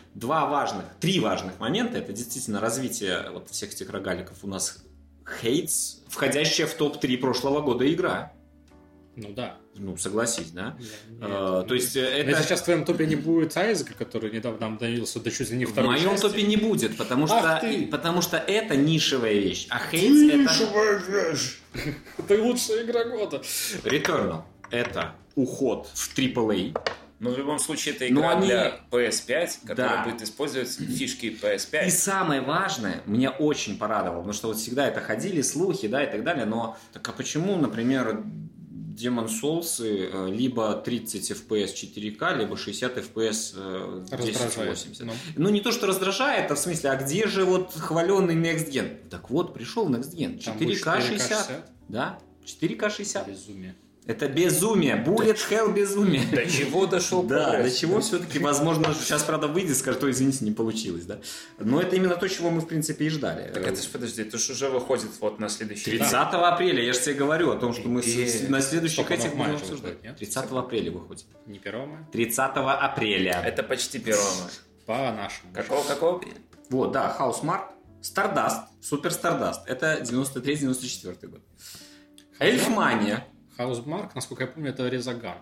Три важных момента. Это действительно развитие вот всех этих рогаликов. У нас Хейтс, входящая в топ-3 прошлого года игра. Ну да. Согласись, да? То есть это... сейчас в твоем топе не будет Айзека, который недавно обновился до чуть ли не второй части. В моем топе не будет, потому что это нишевая вещь. А Хейтс это... Нишевая вещь! Это лучшая игра года. Returnal это уход в AAA. Но в любом случае это игра для PS5, которая будет использовать фишки PS5. И самое важное, меня очень порадовало, потому что вот всегда это ходили слухи, да, и так далее, но так а почему, например, Demon's Souls либо 30 FPS 4К, либо 60 FPS 1080? Не то, что раздражает, а в смысле, а где же вот хваленый Next Gen? Так вот, пришел Next Gen, 4К 60. Да, 4К 60. Безумие. Это безумие. Bullet Hell безумие. До чего дошел прогресс? Да, до чего все-таки, возможно, сейчас, правда, выйдет, скажет, что, извините, не получилось, да? Но это именно то, чего мы, в принципе, и ждали. Так это ж, подожди, это ж уже выходит вот на следующий 30 апреля, я же тебе говорю о том, что мы на следующих этих будем обсуждать. 30 апреля выходит. Не 1 мая? 30 апреля. Это почти 1 мая. По-нашему. Какого апреля? Вот, да, Housemarque, Stardust, Super Stardust. Это 93-94 год. Elfmania. Housemarque, насколько я помню, это Resogun.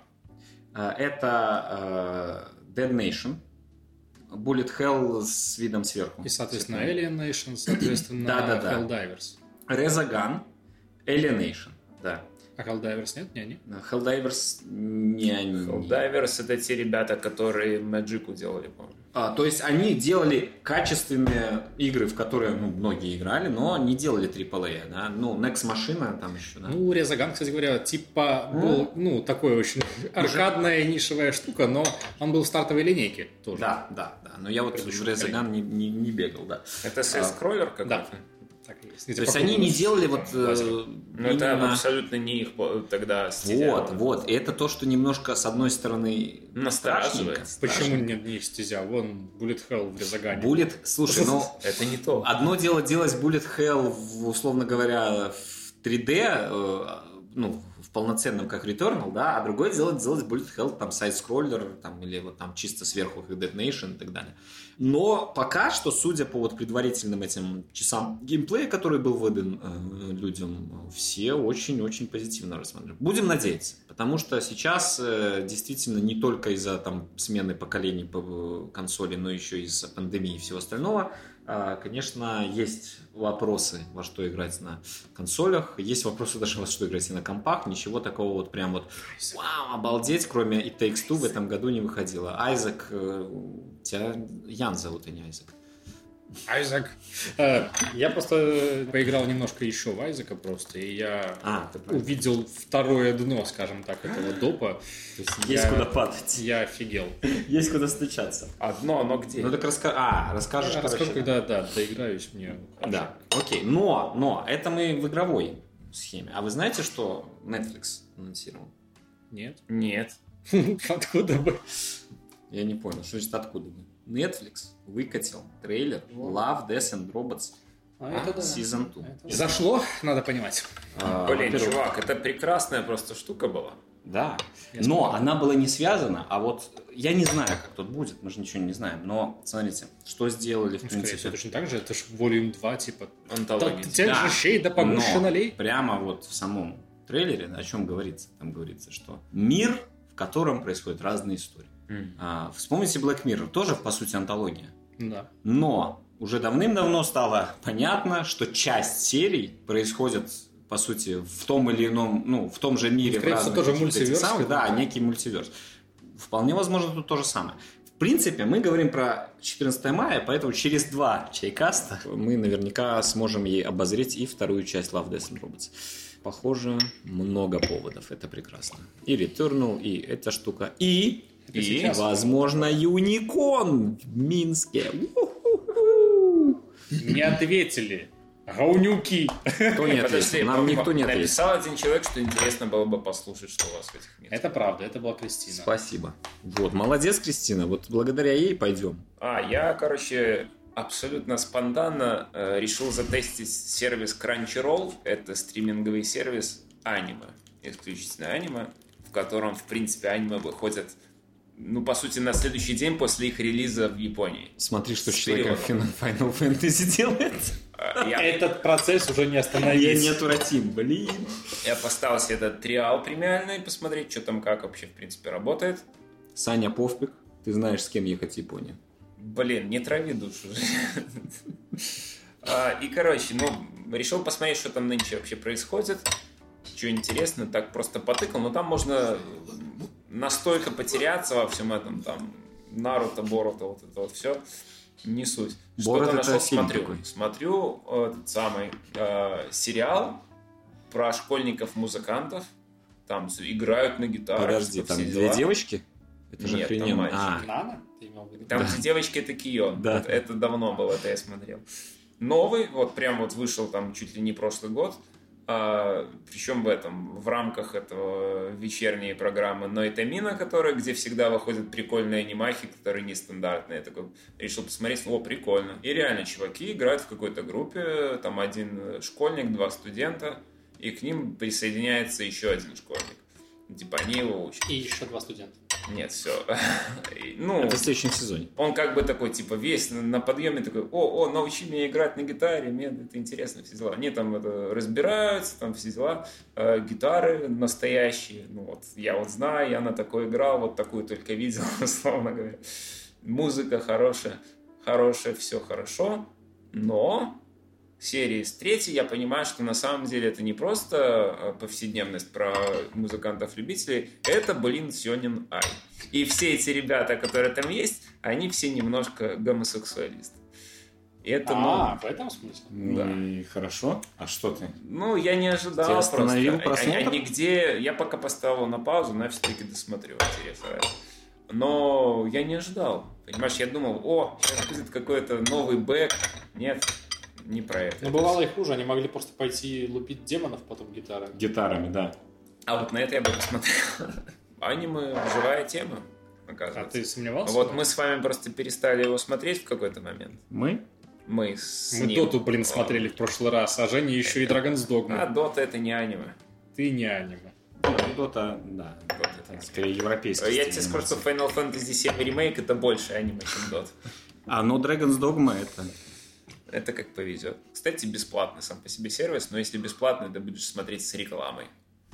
Это Dead Nation. Bullet Hell с видом сверху. И, соответственно, Alien Nation, соответственно, Helldivers. Resogun, Alienation, да. А Helldivers нет? Не они? Helldivers не они. Helldivers это те ребята, которые Magic делали, по-моему. То есть они делали качественные игры, в которые многие играли, но не делали AAA, да? Next Machina там еще, да? Resogun, кстати говоря, типа был, такой очень аркадная нишевая штука, но он был в стартовой линейке тоже. Да. Но я вот в Resogun не бегал, да. Это сейс-скроллер какой-то? Да. Так и есть. То есть они не делали вот... Но это абсолютно не их тогда стезя. Вот. И это то, что немножко, с одной стороны, настораживает. Почему не их стезя? Вон Bullet Hell в Resogun. Слушай, это не то. Одно дело делать Bullet Hell, условно говоря, в 3D, в полноценном, как Returnal, да, а другое дело делать Bullet Hell, там, сайд-скроллер, там, или вот там чисто сверху, как Dead Nation и так далее. Но пока что, судя по вот предварительным этим часам геймплея, который был выдан людям, все очень-очень позитивно рассматривают. Будем надеяться, потому что сейчас действительно не только из-за там смены поколений по консоли, но еще из-за пандемии и всего остального, конечно, есть вопросы, во что играть на консолях, есть вопросы даже, во что играть и на компах, ничего такого вот прям вот вау, обалдеть, кроме It Takes Two в этом году не выходило. Айзек, тебя Ян зовут, а не Айзек. Айзек. Я просто поиграл немножко еще в Айзека просто, и я увидел второе дно, скажем так, этого допа. То есть есть куда падать. Я офигел. Есть куда стучаться. Одно, оно где? Ну так расскажешь. Расскажу, когда, доиграюсь мне. Да, окей. Но это мы в игровой схеме. А вы знаете, что Netflix анонсировал? Нет. Нет. Откуда бы? Я не понял, что значит откуда бы. Netflix выкатил трейлер Love, Death and Robots Season 2. Зашло, надо понимать. Блин, чувак, это прекрасная просто штука была. Да, но она была не связана, а вот я не знаю, как тут будет, мы же ничего не знаем, но смотрите, что сделали в принципе. Скорее точно так же, это же Volume 2, типа антология. Тех же щей да побольше налей. Прямо вот в самом трейлере о чем говорится? Там говорится, что мир, в котором происходят разные истории. Вспомните Black Mirror, тоже по сути антология. Да. Но уже давным-давно стало понятно, что часть серий происходит по сути в том или ином, в том же мире, скорее в разных тоже мультиверс. Да, некий мультиверс. Вполне возможно, тут то же самое. В принципе, мы говорим про 14 мая, поэтому через 2 чайкаста мы наверняка сможем ей обозреть и вторую часть Love, Death and Robots. Похоже, много поводов, это прекрасно. И Returnal, и эта штука, и возможно, Юникон в Минске. Не ответили. Гаунюки. Кто не ответил? Нам никто не ответил. Написал один человек, что интересно было бы послушать, что у вас в этих местах. Это правда, это была Кристина. Спасибо. Вот, молодец, Кристина. Вот благодаря ей пойдем. Я, абсолютно спонтанно решил затестить сервис Crunchyroll. Это стриминговый сервис аниме. Исключительно аниме, в котором, в принципе, аниме выходят по сути, на следующий день после их релиза в Японии. Смотри, что человек в Final Fantasy делает. Этот процесс уже не остановить. Я неотвратим, блин. Я поставил себе этот триал премиальный, посмотреть, что там, как вообще, в принципе, работает. Саня Повпик, ты знаешь, с кем ехать в Японию. Блин, не трави душу. И, решил посмотреть, что там нынче вообще происходит. Что интересно, так просто потыкал. Но там можно настолько потеряться во всем этом, там, Наруто, Боруто, вот это вот все, не суть. Что-то нашел, смотрю этот самый сериал про школьников-музыкантов, там играют на гитарах. Подожди, там две девочки? Это же охрененно. Нана? Ты имел в виду? Там девочки это Кион. Да. Это давно было, это я смотрел. Новый, прям вышел там чуть ли не прошлый год. Причем в рамках этого вечерней программы Ноитамина, где всегда выходят прикольные анимахи, которые нестандартные. Я такой решил посмотреть, прикольно. И реально чуваки играют в какой-то группе, там один школьник, 2 студента, и к ним присоединяется еще один школьник. Типа они его учат. И еще 2 студента. Нет, все. Это в следующем сезоне. Он такой, весь на подъеме такой, научи меня играть на гитаре, мне это интересно, все дела. Они там разбираются, там все дела. Гитары настоящие, я знаю, я на такой играл, такую только видел, условно говоря. Музыка хорошая, все хорошо, но серии с 3 я понимаю, что на самом деле это не просто повседневность про музыкантов-любителей, это, сёнэн ай. И все эти ребята, которые там есть, они все немножко гомосексуалисты. И это, в этом смысле? Да. Хорошо. А что ты? Я не ожидал. Тебя остановил просмотр? Нигде, я пока поставил на паузу, но я все-таки досмотрю, интересно. Но я не ожидал. Понимаешь, я думал, сейчас будет какой-то новый бэк. Нет. Не про это. Но бывало и хуже, они могли просто пойти лупить демонов потом гитарами. Гитарами, да. А на это я бы посмотрел. Аниме – живая тема, оказывается. А ты сомневался? Мы с вами просто перестали его смотреть в какой-то момент. Мы? Мы Доту, смотрели в прошлый раз, а Женя еще и Dragon's Dogma. А Дота – это не аниме. Ты не аниме. Дота, да. Дота скорее европейский. Я тебе скажу, что Final Fantasy VII Remake – это больше аниме, чем Dota. Dragon's Dogma – это... Это как повезет. Кстати, бесплатный сам по себе сервис, но если бесплатный, ты будешь смотреть с рекламой.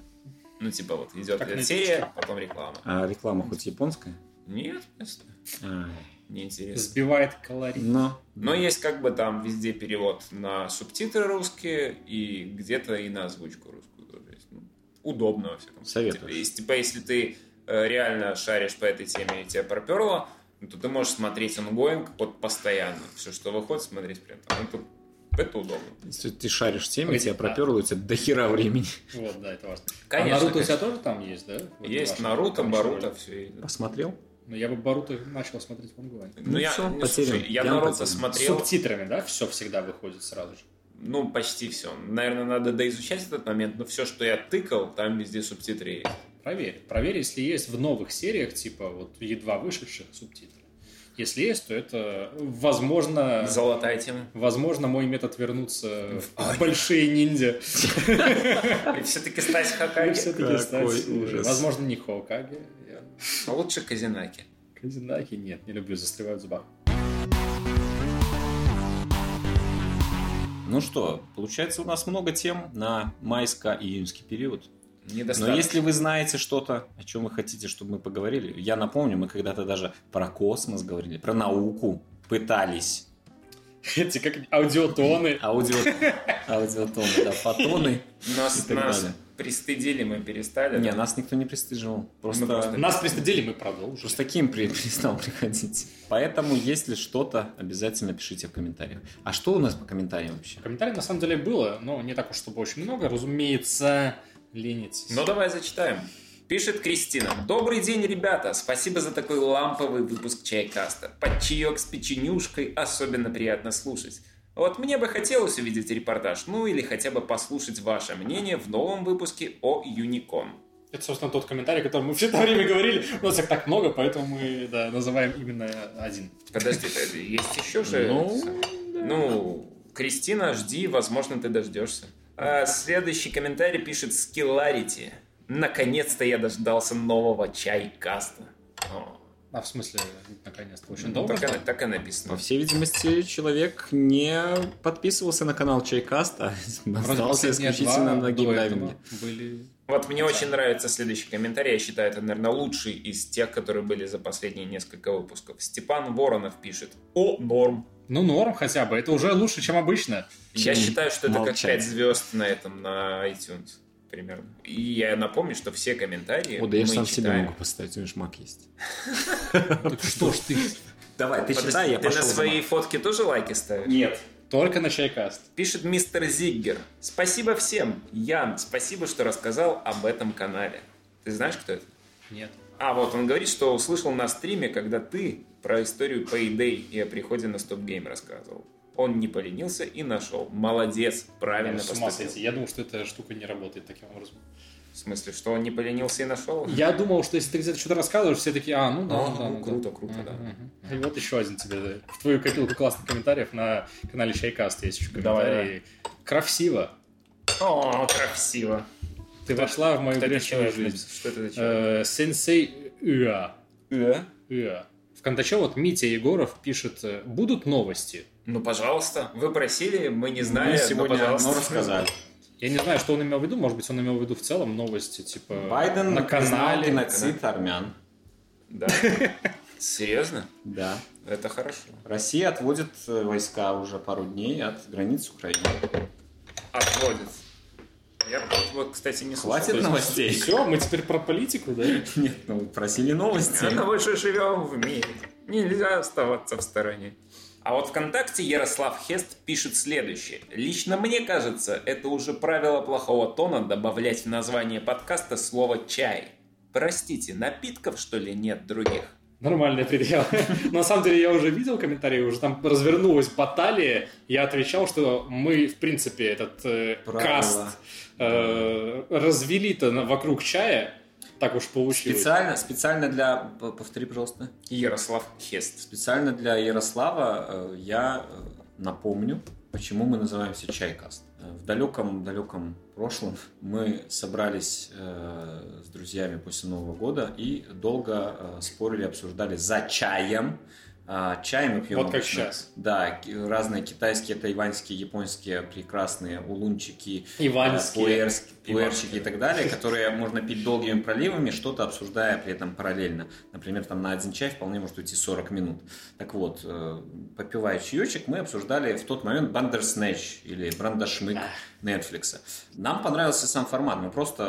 Идет серия, потом реклама. А реклама хоть японская? Нет, местная. Неинтересно. Сбивает калорий. Но есть там везде перевод на субтитры русские и где-то и на озвучку русскую тоже есть. Удобно, во всяком случае. Советую. Если ты реально шаришь по этой теме и тебя проперло, то ты можешь смотреть ongoing вот постоянно. Все, что выходит, смотреть при этом. Это удобно. Если ты шаришь в теме, тебя проперло, у тебя до хера времени. Вот, да, это важно. Конечно, Наруто у тебя тоже там есть, да? Вот есть Наруто, Боруто, все. Посмотрел? Ну, я бы Боруто начал смотреть в онлайн. Я Наруто смотрел. С субтитрами, да? Все всегда выходит сразу же. Ну, почти все. Наверное, надо доизучать этот момент, но все, что я тыкал, там везде субтитры есть. Проверь, если есть в новых сериях, типа вот едва вышедших субтитры. Если есть, то это, возможно... Золотая тема. Возможно, мой метод вернуться в большие ниндзя. И все-таки стать Хокаге. Возможно, не Хокаге. А лучше Казинаки. Казинаки нет, не люблю, застревают в зубах. Ну что, получается, у нас много тем на майско-июньский период. Недостаточно. Но если вы знаете что-то, о чем вы хотите, чтобы мы поговорили, я напомню, мы когда-то даже про космос говорили, про науку пытались. Эти как аудиотоны. Аудиотоны, да, фотоны. Нас пристыдили, мы перестали. Не, нас никто не пристыживал. Просто нас пристыдили, мы продолжили. Просто Ким перестал приходить. Поэтому, если что-то, обязательно пишите в комментариях. А что у нас по комментариям вообще? Комментариев на самом деле было, но не так уж, чтобы очень много. Разумеется, ленитесь. Ну, давай зачитаем. Пишет Кристина. Добрый день, ребята. Спасибо за такой ламповый выпуск Чайкаста. Под чаек с печенюшкой особенно приятно слушать. Вот мне бы хотелось увидеть репортаж, ну или хотя бы послушать ваше мнение в новом выпуске о Юникон. Это, собственно, тот комментарий, о котором мы все это время говорили. У нас их так много, поэтому мы называем именно один. Подожди, есть еще же... Кристина, жди, возможно, ты дождешься. Следующий комментарий пишет Skillarity. Наконец-то я дождался нового Чайкаста. В смысле, наконец-то? Очень долго? Так и написано. По всей видимости, человек не подписывался на канал Чайкаста, остался исключительно на геймдайвинге. Вот мне очень нравится следующий комментарий. Я считаю, это, наверное, лучший из тех, которые были за последние несколько выпусков. Степан Воронов пишет. Норм. Ну, норм хотя бы. Это уже лучше, чем обычно. Я считаю, что это как 5 звезд на iTunes. Примерно. И я напомню, что все комментарии да я сам себе могу поставить, у меня Мак есть. Что ж ты? Давай, ты читай, я пошел. Ты на своей фотке тоже лайки ставишь? Нет. Только на Чайкаст. Пишет мистер Зиггер. Спасибо всем. Ян, спасибо, что рассказал об этом канале. Ты знаешь, кто это? Нет. Вот он говорит, что услышал на стриме, когда ты про историю Payday и о приходе на Stop Game рассказывал. Он не поленился и нашел. Молодец, правильно поступил. Я думал, что эта штука не работает таким образом. В смысле, что он не поленился и нашел? Я думал, что если ты где-то что-то рассказываешь, все такие, круто, да. И вот еще один тебе, в твою копилку классных комментариев на канале Чайкаст есть еще комментарий. Крафсиво. Крафсиво. Ты вошла в мою грешную жизнь. Что это за человек? Сенсей Уа. В контаче вот Митя Егоров пишет, будут новости? Ну, пожалуйста. Вы просили, мы не знали, сегодня рассказали. Я не знаю, что он имел в виду. Может быть, он имел в виду в целом новости, типа Байден на канале. Геноцид армян. Да. Серьезно? Да. Это хорошо. Россия отводит войска уже пару дней от границ Украины. Отводит. Я вот, кстати, не слушал. Хватит новостей. Все, мы теперь про политику, да? Нет, просили новости. Мы же живем в мире. Нельзя оставаться в стороне. А вот ВКонтакте Ярослав Хест пишет следующее. Лично мне кажется, это уже правило плохого тона добавлять в название подкаста слово «чай». Простите, напитков, что ли, нет других? Нормальный предел. На самом деле, я уже видел комментарии, уже там развернулась баталия. Я отвечал, что мы, в принципе, этот каст развели-то вокруг чая. Так уж получилось. Специально для... Повтори, пожалуйста. Ярослав Хест. Специально для Ярослава я напомню, почему мы называемся Чайкаст. В далеком прошлом мы собрались с друзьями после Нового года и долго спорили, обсуждали за чаем. Чай мы пьем. Вот как сейчас. Да, разные китайские, тайваньские, японские прекрасные улунчики, пуэрчики и так далее, которые можно пить долгими проливами, что-то обсуждая при этом параллельно. Например, там на один чай вполне может уйти 40 минут. Так вот, попивая чаечек, мы обсуждали в тот момент Бандерснэч или Брандашмык Netflix. Нам понравился сам формат. Мы просто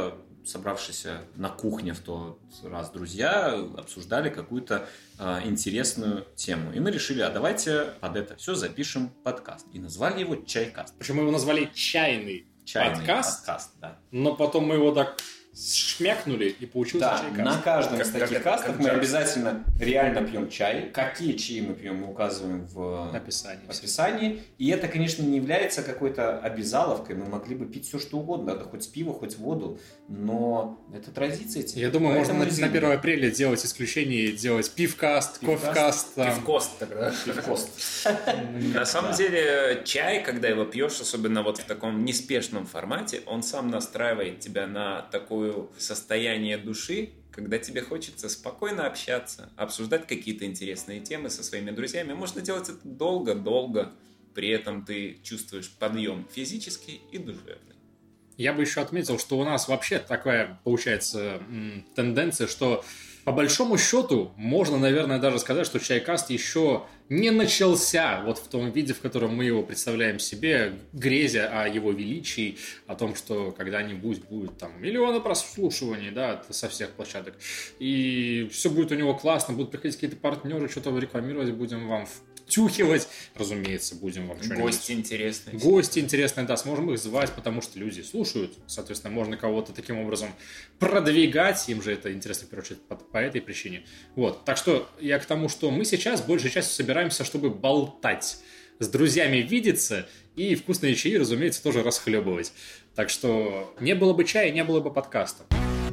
собравшиеся на кухне в тот раз друзья обсуждали какую-то интересную тему. И мы решили, а давайте под это все запишем подкаст. И назвали его «Чайкаст». Почему его назвали «Чайный подкаст», да. но потом мы его так шмякнули и получился «Чайкаст». На каждом из таких кастов мы обязательно реально пьем чай. Какие чаи мы пьем, мы указываем в описании. И это, конечно, не является какой-то обязаловкой. Мы могли бы пить все, что угодно, да, хоть пиво, хоть воду. Но это традиция. Я думаю, можно на 1 апреля делать исключение, делать пивкаст, кофекаст. Пивкост тогда. Пивкост. На самом деле, чай, когда его пьешь, особенно вот в таком неспешном формате, он сам настраивает тебя на такое состояние души, когда тебе хочется спокойно общаться, обсуждать какие-то интересные темы со своими друзьями. Можно делать это долго-долго, при этом ты чувствуешь подъем физический и душевный. Я бы еще отметил, что у нас вообще такая, получается, тенденция, что по большому счету можно, наверное, даже сказать, что Чайкаст еще не начался вот в том виде, в котором мы его представляем себе, грезя о его величии, о том, что когда-нибудь будет там миллионы прослушиваний, да, со всех площадок, и все будет у него классно, будут приходить какие-то партнеры, что-то рекламировать будем вам, втюхивать, разумеется, будем вам что-нибудь. Гости интересные, да, сможем их звать, потому что люди слушают, соответственно, можно кого-то таким образом продвигать, им же это интересно, в первую очередь, по этой причине. Вот, так что я к тому, что мы сейчас большей частью собираемся, чтобы болтать, с друзьями видеться и вкусные чаи, разумеется, тоже расхлебывать. Так что не было бы чая, не было бы подкаста.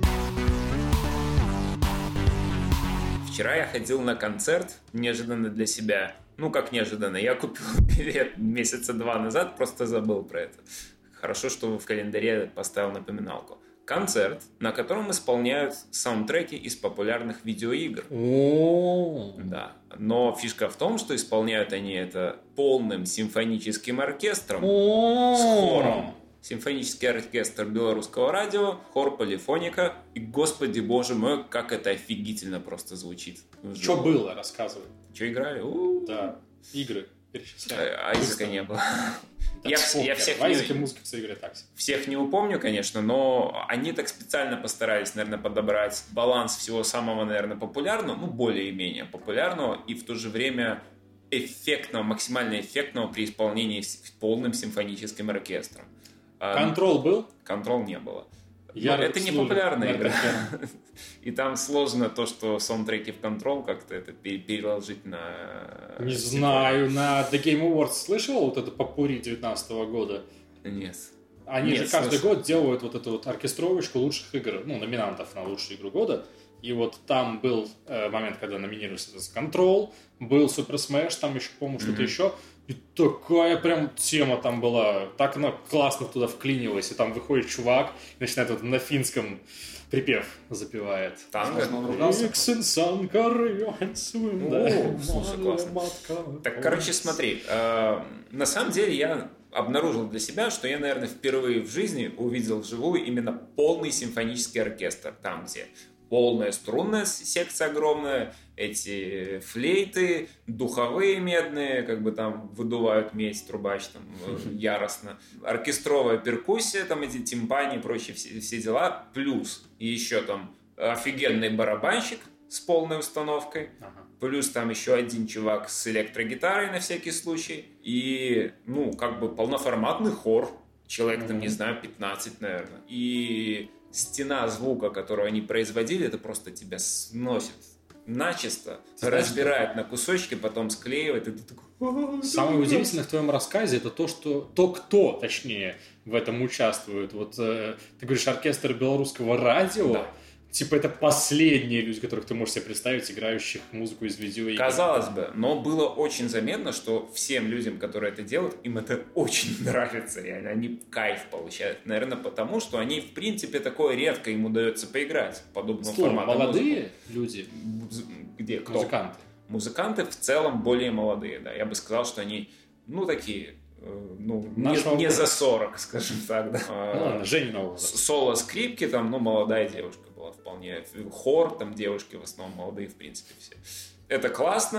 Вчера я ходил на концерт, неожиданно для себя. Ну, как неожиданно, я купил билет месяца 2 назад, просто забыл про это. Хорошо, что в календаре поставил напоминалку. Концерт, на котором исполняют саундтреки из популярных видеоигр. Да. Но фишка в том, что исполняют они это полным симфоническим оркестром с хором. Симфонический оркестр Белорусского радио, хор Полифоника. И, господи боже мой, как это офигительно просто звучит. Что было, рассказывай. Что играли? Да, игры перечисляю. Айзека не было. Я всех не упомню, конечно, но они так специально постарались, наверное, подобрать баланс всего самого, наверное, популярного, ну, более-менее популярного, и в то же время эффектного, максимально эффектного при исполнении полным симфоническим оркестром. Контрол был? Контрол не было. Это не популярная игра. И там сложно то, что саундтреки в Control как-то это переложить на... Не знаю, на The Game Awards слышал вот это попурри 2019 года? Нет. Они же каждый год делают вот эту вот оркестровочку лучших игр, ну, номинантов на лучшую игру года. И вот там был момент, когда номинировался Control, был Super Smash, там еще, по-моему, что-то еще. И такая прям тема там была. Так она классно туда вклинилась. И там выходит чувак и начинает вот на финском припев запевает. Танго? Слушай, классно. Так, короче, смотри. На самом деле я обнаружил для себя, что я, наверное, впервые в жизни увидел вживую именно полный симфонический оркестр. Там, где полная струнная секция огромная, эти флейты, духовые медные, как бы там выдувают медь, трубач там яростно. Оркестровая перкуссия, там эти тимпани и прочие все дела. Плюс еще там офигенный барабанщик с полной установкой. Плюс там еще один чувак с электрогитарой на всякий случай. И, ну, как бы полноформатный хор. Человек там, не знаю, 15, наверное. И стена звука, которую они производили, это просто тебя сносит начисто, разбирает на кусочки, потом склеивает, и ты такой... Самое удивительное в твоем рассказе это то, что кто, точнее, в этом участвует. Вот ты говоришь, оркестр Белорусского радио, да. Типа это последние люди, которых ты можешь себе представить, играющих музыку из видеоигр. Казалось бы, но было очень заметно, что всем людям, которые это делают, им это очень нравится, реально. Они кайф получают. Наверное, потому что они, в принципе, такое редко им удается поиграть. Подобного формата молодые люди? Где? Кто? Музыканты. Музыканты в целом более молодые, да. Я бы сказал, что они, ну, такие... Ну, не за 40, скажем так, да. Ладно, Жениного. Соло-скрипки, там, ну, молодая девушка была вполне. Хор, там, девушки в основном молодые, в принципе, все. Это классно,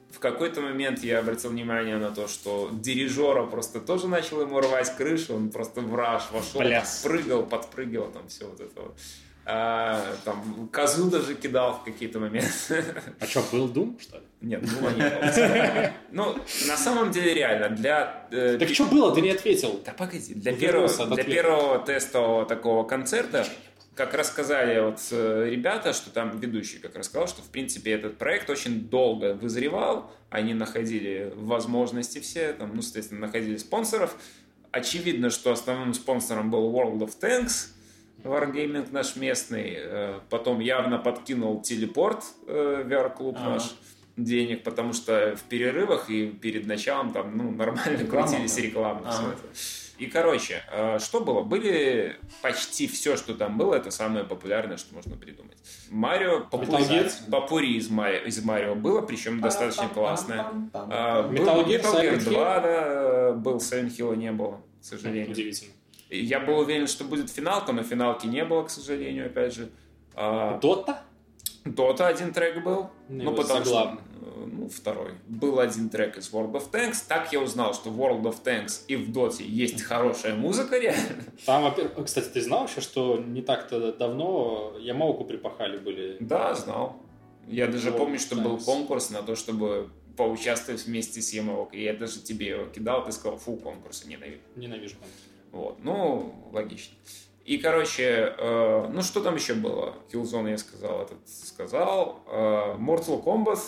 В какой-то момент я обратил внимание на то, что дирижера просто тоже начал ему рвать крышу, он просто в раж вошел, прыгал, подпрыгивал, там все вот это вот. Там козу даже кидал в какие-то моменты. А что, был Doom, что ли? Нет, Дума не было. Ну, на самом деле, реально, для... Так что было, ты не ответил. Да погоди, для первого тестового такого концерта, как рассказали вот ребята, что там ведущий как рассказал, что, в принципе, этот проект очень долго вызревал, они находили возможности все, там, ну, соответственно, находили спонсоров. Очевидно, что основным спонсором был World of Tanks, Wargaming наш местный, потом явно подкинул Телепорт, VR-клуб наш, денег, потому что в перерывах и перед началом там, ну, нормально крутились рекламы. Все это. И, короче, что было? Были почти все, что там было, это самое популярное, что можно придумать. Марио, попури из Марио было, причем достаточно классное. Metal Gear 2, да, был, Silent Hill не было, к сожалению. Удивительно. Я был уверен, что будет финалка, но финалки не было, к сожалению, опять же. Дота? Дота один трек был. Ну, потому что... Ну, второй. Был один трек из World of Tanks. Так я узнал, что в World of Tanks и в Доте есть хорошая музыка, реально. Там, кстати, ты знал еще, что не так-то давно Ямауку припахали были? Да, знал. Я даже помню, что был конкурс на то, чтобы поучаствовать вместе с Ямаукой. Я даже тебе его кидал, ты сказал, фу, конкурсы ненавижу. Ненавижу конкурсы. Вот, ну, логично. И, короче, ну, что там еще было? Killzone я сказал. Mortal Kombat.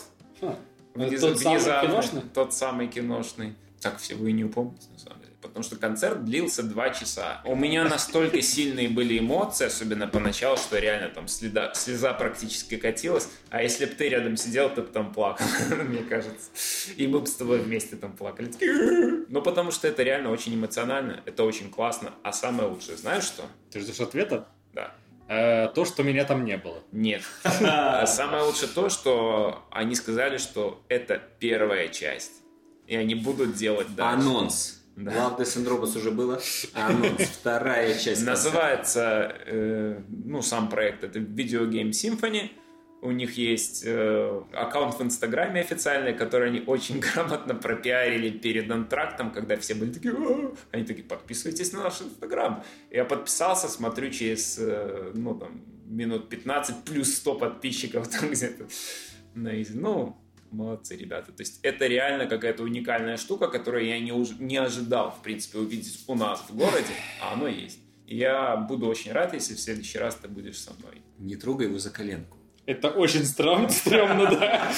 Тот самый киношный. Так всего и не упомните, на самом деле. Потому что концерт длился 2 часа. У меня настолько сильные были эмоции, особенно поначалу, что реально там слеза практически катилась. А если бы ты рядом сидел, ты бы там плакал, мне кажется. И мы бы с тобой вместе там плакали. Ну, потому что это реально очень эмоционально, это очень классно. А самое лучшее, знаешь что? Ты ждешь ответа? Да. То, что меня там не было. Нет. Самое лучшее то, что они сказали, что это первая часть. И они будут делать дальше. Анонс. Да. Love, Death and Robots уже было. Анонс. Вторая часть. Называется, ну, сам проект, это Video Game Symphony. У них есть аккаунт в Инстаграме официальный, который они очень грамотно пропиарили перед антрактом, когда все были такие, они такие, подписывайтесь на наш Инстаграм. Я подписался, смотрю, через, ну, там, минут 15 плюс 100 подписчиков там где-то. Ну, молодцы, ребята. То есть это реально какая-то уникальная штука, которую я не ожидал, в принципе, увидеть у нас в городе, а оно есть. И я буду очень рад, если в следующий раз ты будешь со мной. Не трогай его за коленку. Это очень стрёмно, да.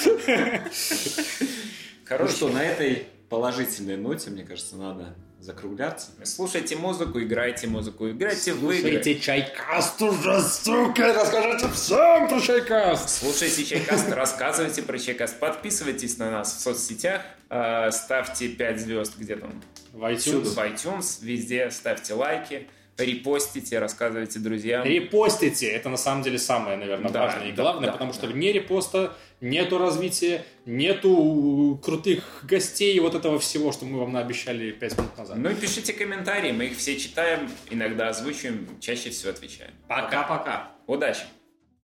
Ну что, на этой положительной ноте, мне кажется, надо закругляться. Слушайте музыку, играйте в игры. Слушайте Чайкаст уже, сука, расскажите всем про Чайкаст. Слушайте Чайкаст, рассказывайте про Чайкаст, подписывайтесь на нас в соцсетях, ставьте 5 звезд где там? В iTunes. В iTunes, везде ставьте лайки. Репостите, рассказывайте друзьям. Репостите, это на самом деле самое, наверное, важное и главное, потому что вне репоста нету развития, нету крутых гостей и вот этого всего, что мы вам наобещали 5 минут назад. Ну и пишите комментарии, мы их все читаем, иногда озвучиваем, чаще всего отвечаем. Пока-пока. Удачи!